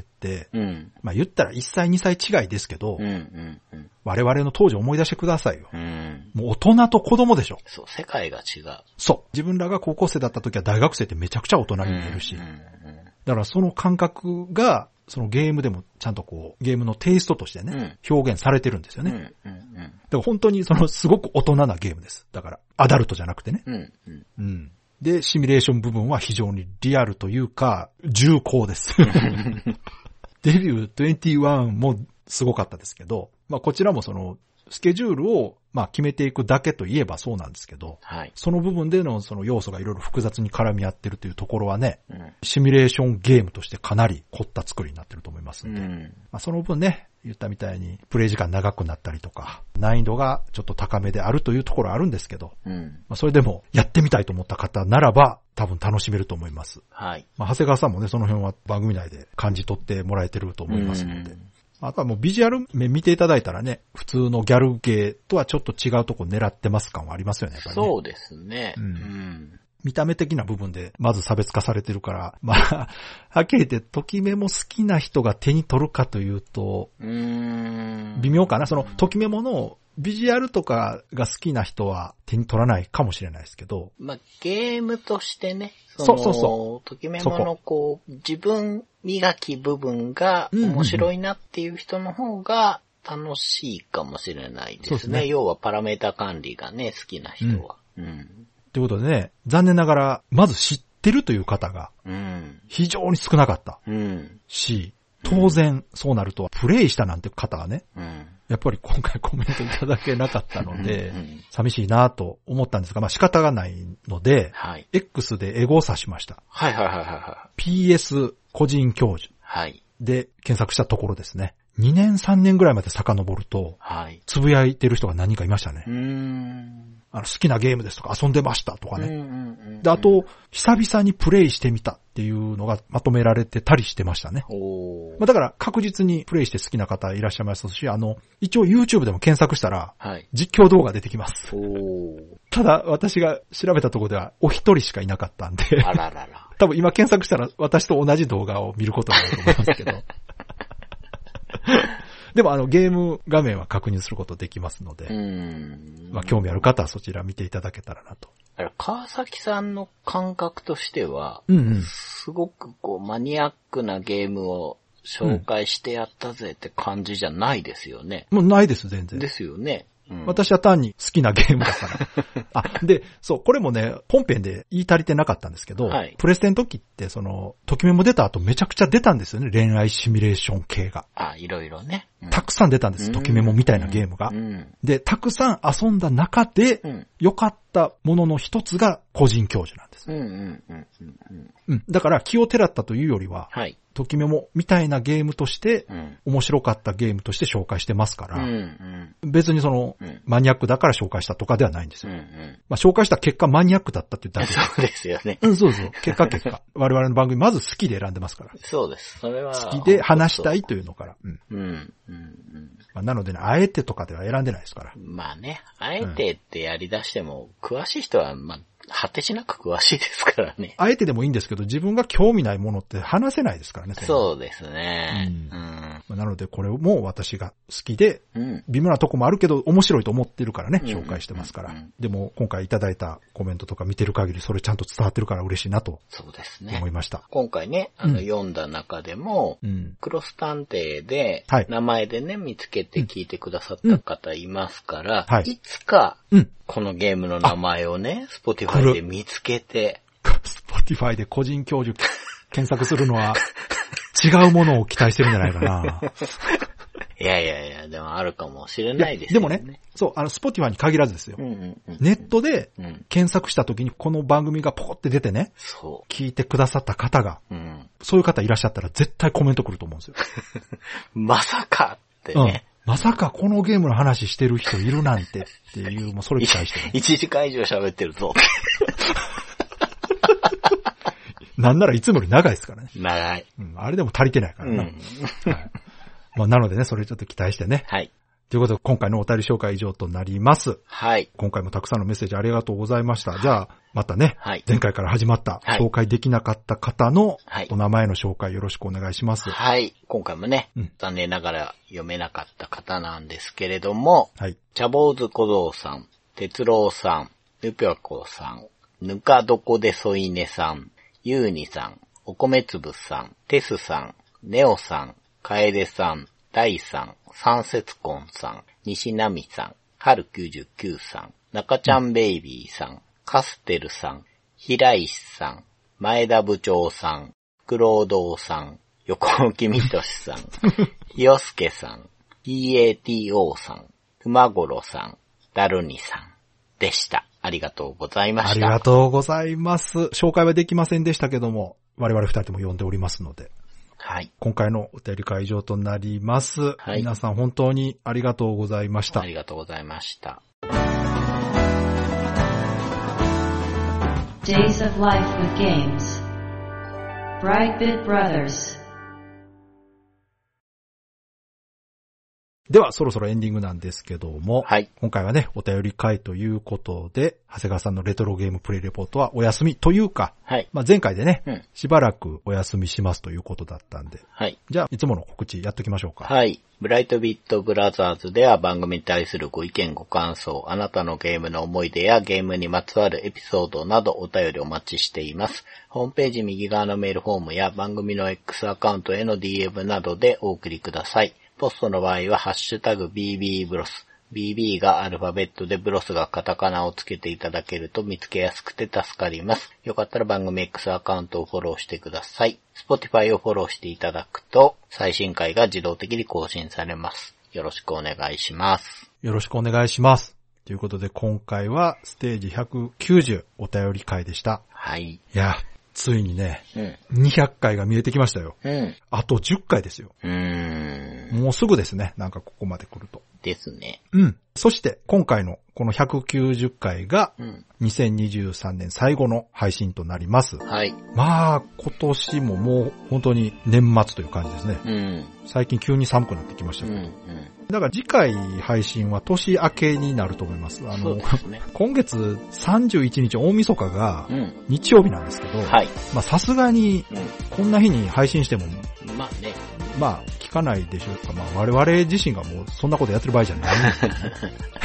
まあ言ったら1歳2歳違いですけど、我々の当時思い出してくださいよ。もう大人と子供でしょ。 そう、世界が違う。 そう。自分らが高校生だった時は大学生ってめちゃくちゃ大人に見えるし、だからその感覚が、そのゲームでもちゃんとこう、ゲームのテイストとしてね、表現されてるんですよね。だから本当にすごく大人なゲームです。だから、アダルトじゃなくてね。で、シミュレーション部分は非常にリアルというか、重厚です。デビュー21もすごかったですけど、まあこちらもスケジュールを決めていくだけといえばそうなんですけど、その部分での要素がいろいろ複雑に絡み合ってるというところはね、シミュレーションゲームとしてかなり凝った作りになってると思いますんで、その分ね、言ったみたいにプレイ時間長くなったりとか、難易度がちょっと高めであるというところはあるんですけど、それでもやってみたいと思った方ならば多分楽しめると思います。長谷川さんもね、その辺は番組内で感じ取ってもらえてると思いますので、あとはもうビジュアル面見ていただいたらね、普通のギャルゲーとはちょっと違うとこ狙ってます感はありますよね、やっぱりね。 そうですね。 見た目的な部分でまず差別化されてるから、まあ、はっきり言って、ときメモ好きな人が手に取るかというと、微妙かな。ときメモのビジュアルとかが好きな人は手に取らないかもしれないですけど。 まあ、ゲームとしてね、 そう。 ときメモの自分磨き部分が面白いなっていう人の方が楽しいかもしれないですね。要はパラメータ管理がね、好きな人は。 ということでね、残念ながら、まず知ってるという方が、非常に少なかった。し、当然、そうなると、プレイしたなんて方はね、やっぱり今回コメントいただけなかったので、寂しいなと思ったんですが、まあ仕方がないので、X でエゴを指しました。PS 個人教授で検索したところですね。2年3年ぐらいまで遡ると、つぶやいてる人が何人かいましたね。好きなゲームですとか遊んでましたとかね。で、あと、久々にプレイしてみたっていうのがまとめられてたりしてましたね。まあ、だから確実にプレイして好きな方いらっしゃいますし、一応 YouTube でも検索したら、実況動画出てきます。ただ、私が調べたところではお一人しかいなかったんで、多分今検索したら私と同じ動画を見ることになると思いますけど。でもゲーム画面は確認することできますので、まあ興味ある方はそちら見ていただけたらなと。 川崎さんの感覚としては、すごくマニアックなゲームを紹介してやったぜって感じじゃないですよね。 もうないです、全然。 ですよね。 私は単に好きなゲームだから。で、そう、これもね、本編で言い足りてなかったんですけど、プレステの時って、ときメモ出た後めちゃくちゃ出たんですよね、恋愛シミュレーション系が。 いろいろね。 たくさん出たんです、ときメモみたいなゲームが。で、たくさん遊んだ中で、良かったものの一つが個人教授なんです。だから気をてらったというよりは、ときメモみたいなゲームとして、面白かったゲームとして紹介してますから、別にマニアックだから紹介したとかではないんですよ。まあ、紹介した結果マニアックだったっていうだけで。 そうですよね。 そう。結果。我々の番組まず好きで選んでますから。 そうです。それは。 好きで話したいというのから。まあ、なのでね、あえてとかでは選んでないですから。 まあね、あえてってやり出しても、詳しい人は、まあ、 果てしなく詳しいですからね。 あえてでもいいんですけど、自分が興味ないものって話せないですからね。 そうですね。 なのでこれも私が好きで、 うん。 微妙なとこもあるけど面白いと思ってるからね、 うん紹介してますから。 うんでも今回いただいたコメントとか見てる限りそれちゃんと伝わってるから嬉しいなとそうですね思い。ました。 今回ね、読んだ中でも、 うん。 クロス探偵ではい、 名前でね、見つけて聞いてくださった方いますから、 はいいつか、 うん。 このゲームの名前をね、 来 Spotify るで見つけて、 Spotify で個人教授検索するのは違うものを期待してるんじゃないかな。 いやいやいや、でもあるかもしれいやないですよね。 でもね、そう、Spotify に限らずですよ。 うんうんうん。 ネットでうん。 検索した時にこの番組がポコって出てね、 そ聞いてくださった方が、 う。うん。 そういう方いらっしゃったら絶対コメント来ると思うんですよ。 まさかってうんね。。 まさかこのゲームの話してる人いるなんてっていう、もうそれ期待してね。 1時間以上喋ってるぞ。 なんならいつもより長いですからね。 長い。 うん、あれでも足りてないからな。 うん。 はい。まあ、なのでね、それちょっと期待してね。 はい。 ということで、今回のお便り紹介以上となります。 はい。 今回もたくさんのメッセージありがとうございました。じゃあ、またね、 はい。 前回から始まったはい紹介できなかった方のはいお名前の紹介よろしくお願いします。 はい。今回もね、 うん残念ながら読めなかった方なんですけれども、 はい。 茶坊主小僧さん、哲郎さん、ぬぴょこさん、ぬかどこでそいねさん、ゆうにさん、お米つぶさん、テスさん、ネオさん、かえでさん、ダイさん、三節コンさん、西波さん、春99さん、中ちゃんベイビーさん、カステルさん、平石さん、前田部長さん、クロードーさん、横尾みとしさん、ひよすけさん、PATO さん、熊五郎さん、ダルニさんでした。ありがとうございました。 ありがとうございます。紹介はできませんでしたけども、我々二人とも読んでおりますので、 はい。 今回のお便り会以上となります。 はい皆さん本当にありがとうございましたあ。りがとうございました。 Days of Life with Games. Brightbit Brothers. では、そろそろエンディングなんですけども、 はい。 今回はね、お便り会ということで、長谷川さんのレトロゲームプレイレポートはお休みというか、 はい。 まあ、前回でね、 うん。 しばらくお休みしますということだったんで、 はい。 じゃあ、いつもの告知やっときましょうか。 はい。ブライトビットブラザーズでは番組に対するご意見ご感想、あなたのゲームの思い出やゲームにまつわるエピソードなどお便りお待ちしています。ホームページ右側のメールフォームや番組の X アカウントへの DM などでお送りください。ポストの場合はハッシュタグ BB ブロス。BB がアルファベットでブロスがカタカナをつけていただけると見つけやすくて助かります。よかったら番組 X アカウントをフォローしてください。Spotify をフォローしていただくと最新回が自動的に更新されます。よろしくお願いします。 よろしくお願いします。ということで、今回はステージ190お便り会でした。 はい。 いや、ついにね、 うん。 200回が見えてきましたよ。 うん。 あと10回ですよ。もうすぐですね。なんかここまで来ると。 ですね。 うん。そして、今回のこの190回がうん。 2023年最後の配信となります。 はい。 まあ、今年ももう本当に年末という感じですね。 うん。 最近急に寒くなってきましたけど。 うん。 だから次回配信は年明けになると思います。 そうですね。 今月31日大晦日がうん。 日曜日なんですけど、 はい。 まあさすがにうこんな日に配信しても、 ん。まあね。 まあ聞かないでしょうか。まあ我々自身がもうそんなことやってる場合じゃないんですけどね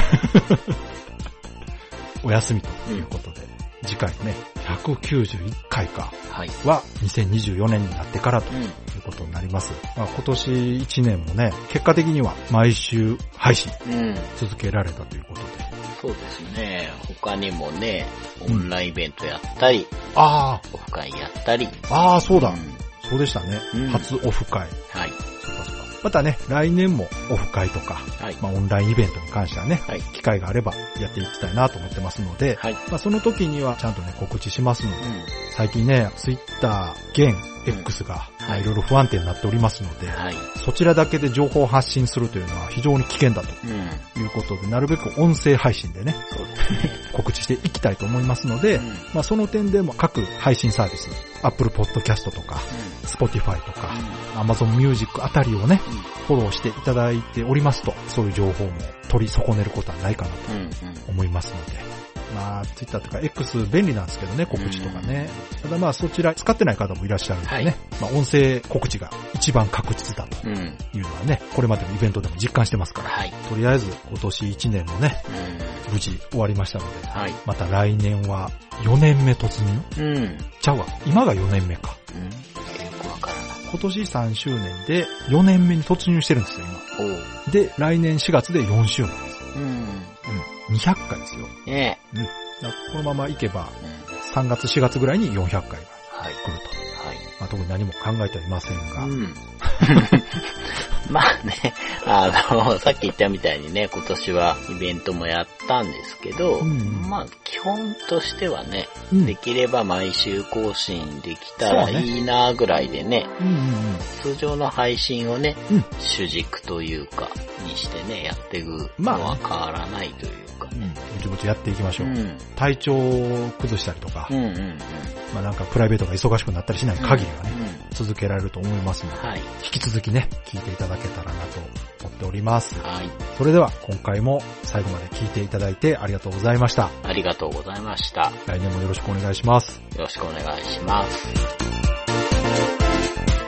お休みということで、次回ね、191回かはい。 は2024年になってからとうん。 いうことになります。まあ今年1年もね、結果的には毎週配信うん。 続けられたということで。 そうですね。他にもね、オンラインイベントやったり、 あオフ会やったり。 あ、そうだ。 んそうでしたね。 うん初オフ会。 はい。 そうかそうか。またね、来年もオフ会とか、 はい。 まあオンラインイベントに関してはね、 はい。 機会があればやっていきたいなと思ってますので、 はい。 まあその時にはちゃんとね、告知しますので、 う最近ね、Twitter、現 X が、まあいろいろ不安定になっておりますので、 ん。はい。 そちらだけで情報を発信するというのは非常に危険だとうん。 いうことで、なるべく音声配信でね、 そうですね。 告知していきたいと思いますので、 うん。 まあその点でも各配信サービス、Apple Podcast とか、Spotify とか、Amazon Music あたりをね、フォローしていただいておりますと、そういう情報も取り損ねることはないかなとうん。うん。 思いますので、 まあ、ツイッターとか X 便利なんですけどね、告知とかね。ただまあ、そちら使ってない方もいらっしゃるんでね。はい、まあ、音声告知が一番確実だというのはね、これまでのイベントでも実感してますから。はい、とりあえず、今年1年もね、無事終わりましたので、はい、また来年は4年目突入、ちゃうわ。今が4年目か。よくわからない。今年3周年で4年目に突入してるんですよ、今。で、来年4月で4周年です。200回ですよ。ねえ。このままいけば、3月4月ぐらいに400回が来ると。はい。まあ、特に何も考えてはいませんが。 まあね、さっき言ったみたいにね、今年はイベントもやったんですけど、まあ、基本としてはね、できれば毎週更新できたらいいなぐらいでね、通常の配信をね、主軸というか、にしてね、やっていくのは変わらないというか、 ぼちぼちやっていきましょう。体調を崩したりとか、まあなんかプライベートが忙しくなったりしない限りはね、続けられると思いますので、引き続きね、聞いていただけたらなと思っております。はい。それでは今回も最後まで聞いていただいてありがとうございました。 ありがとうございました。 来年もよろしくお願いします。 よろしくお願いします。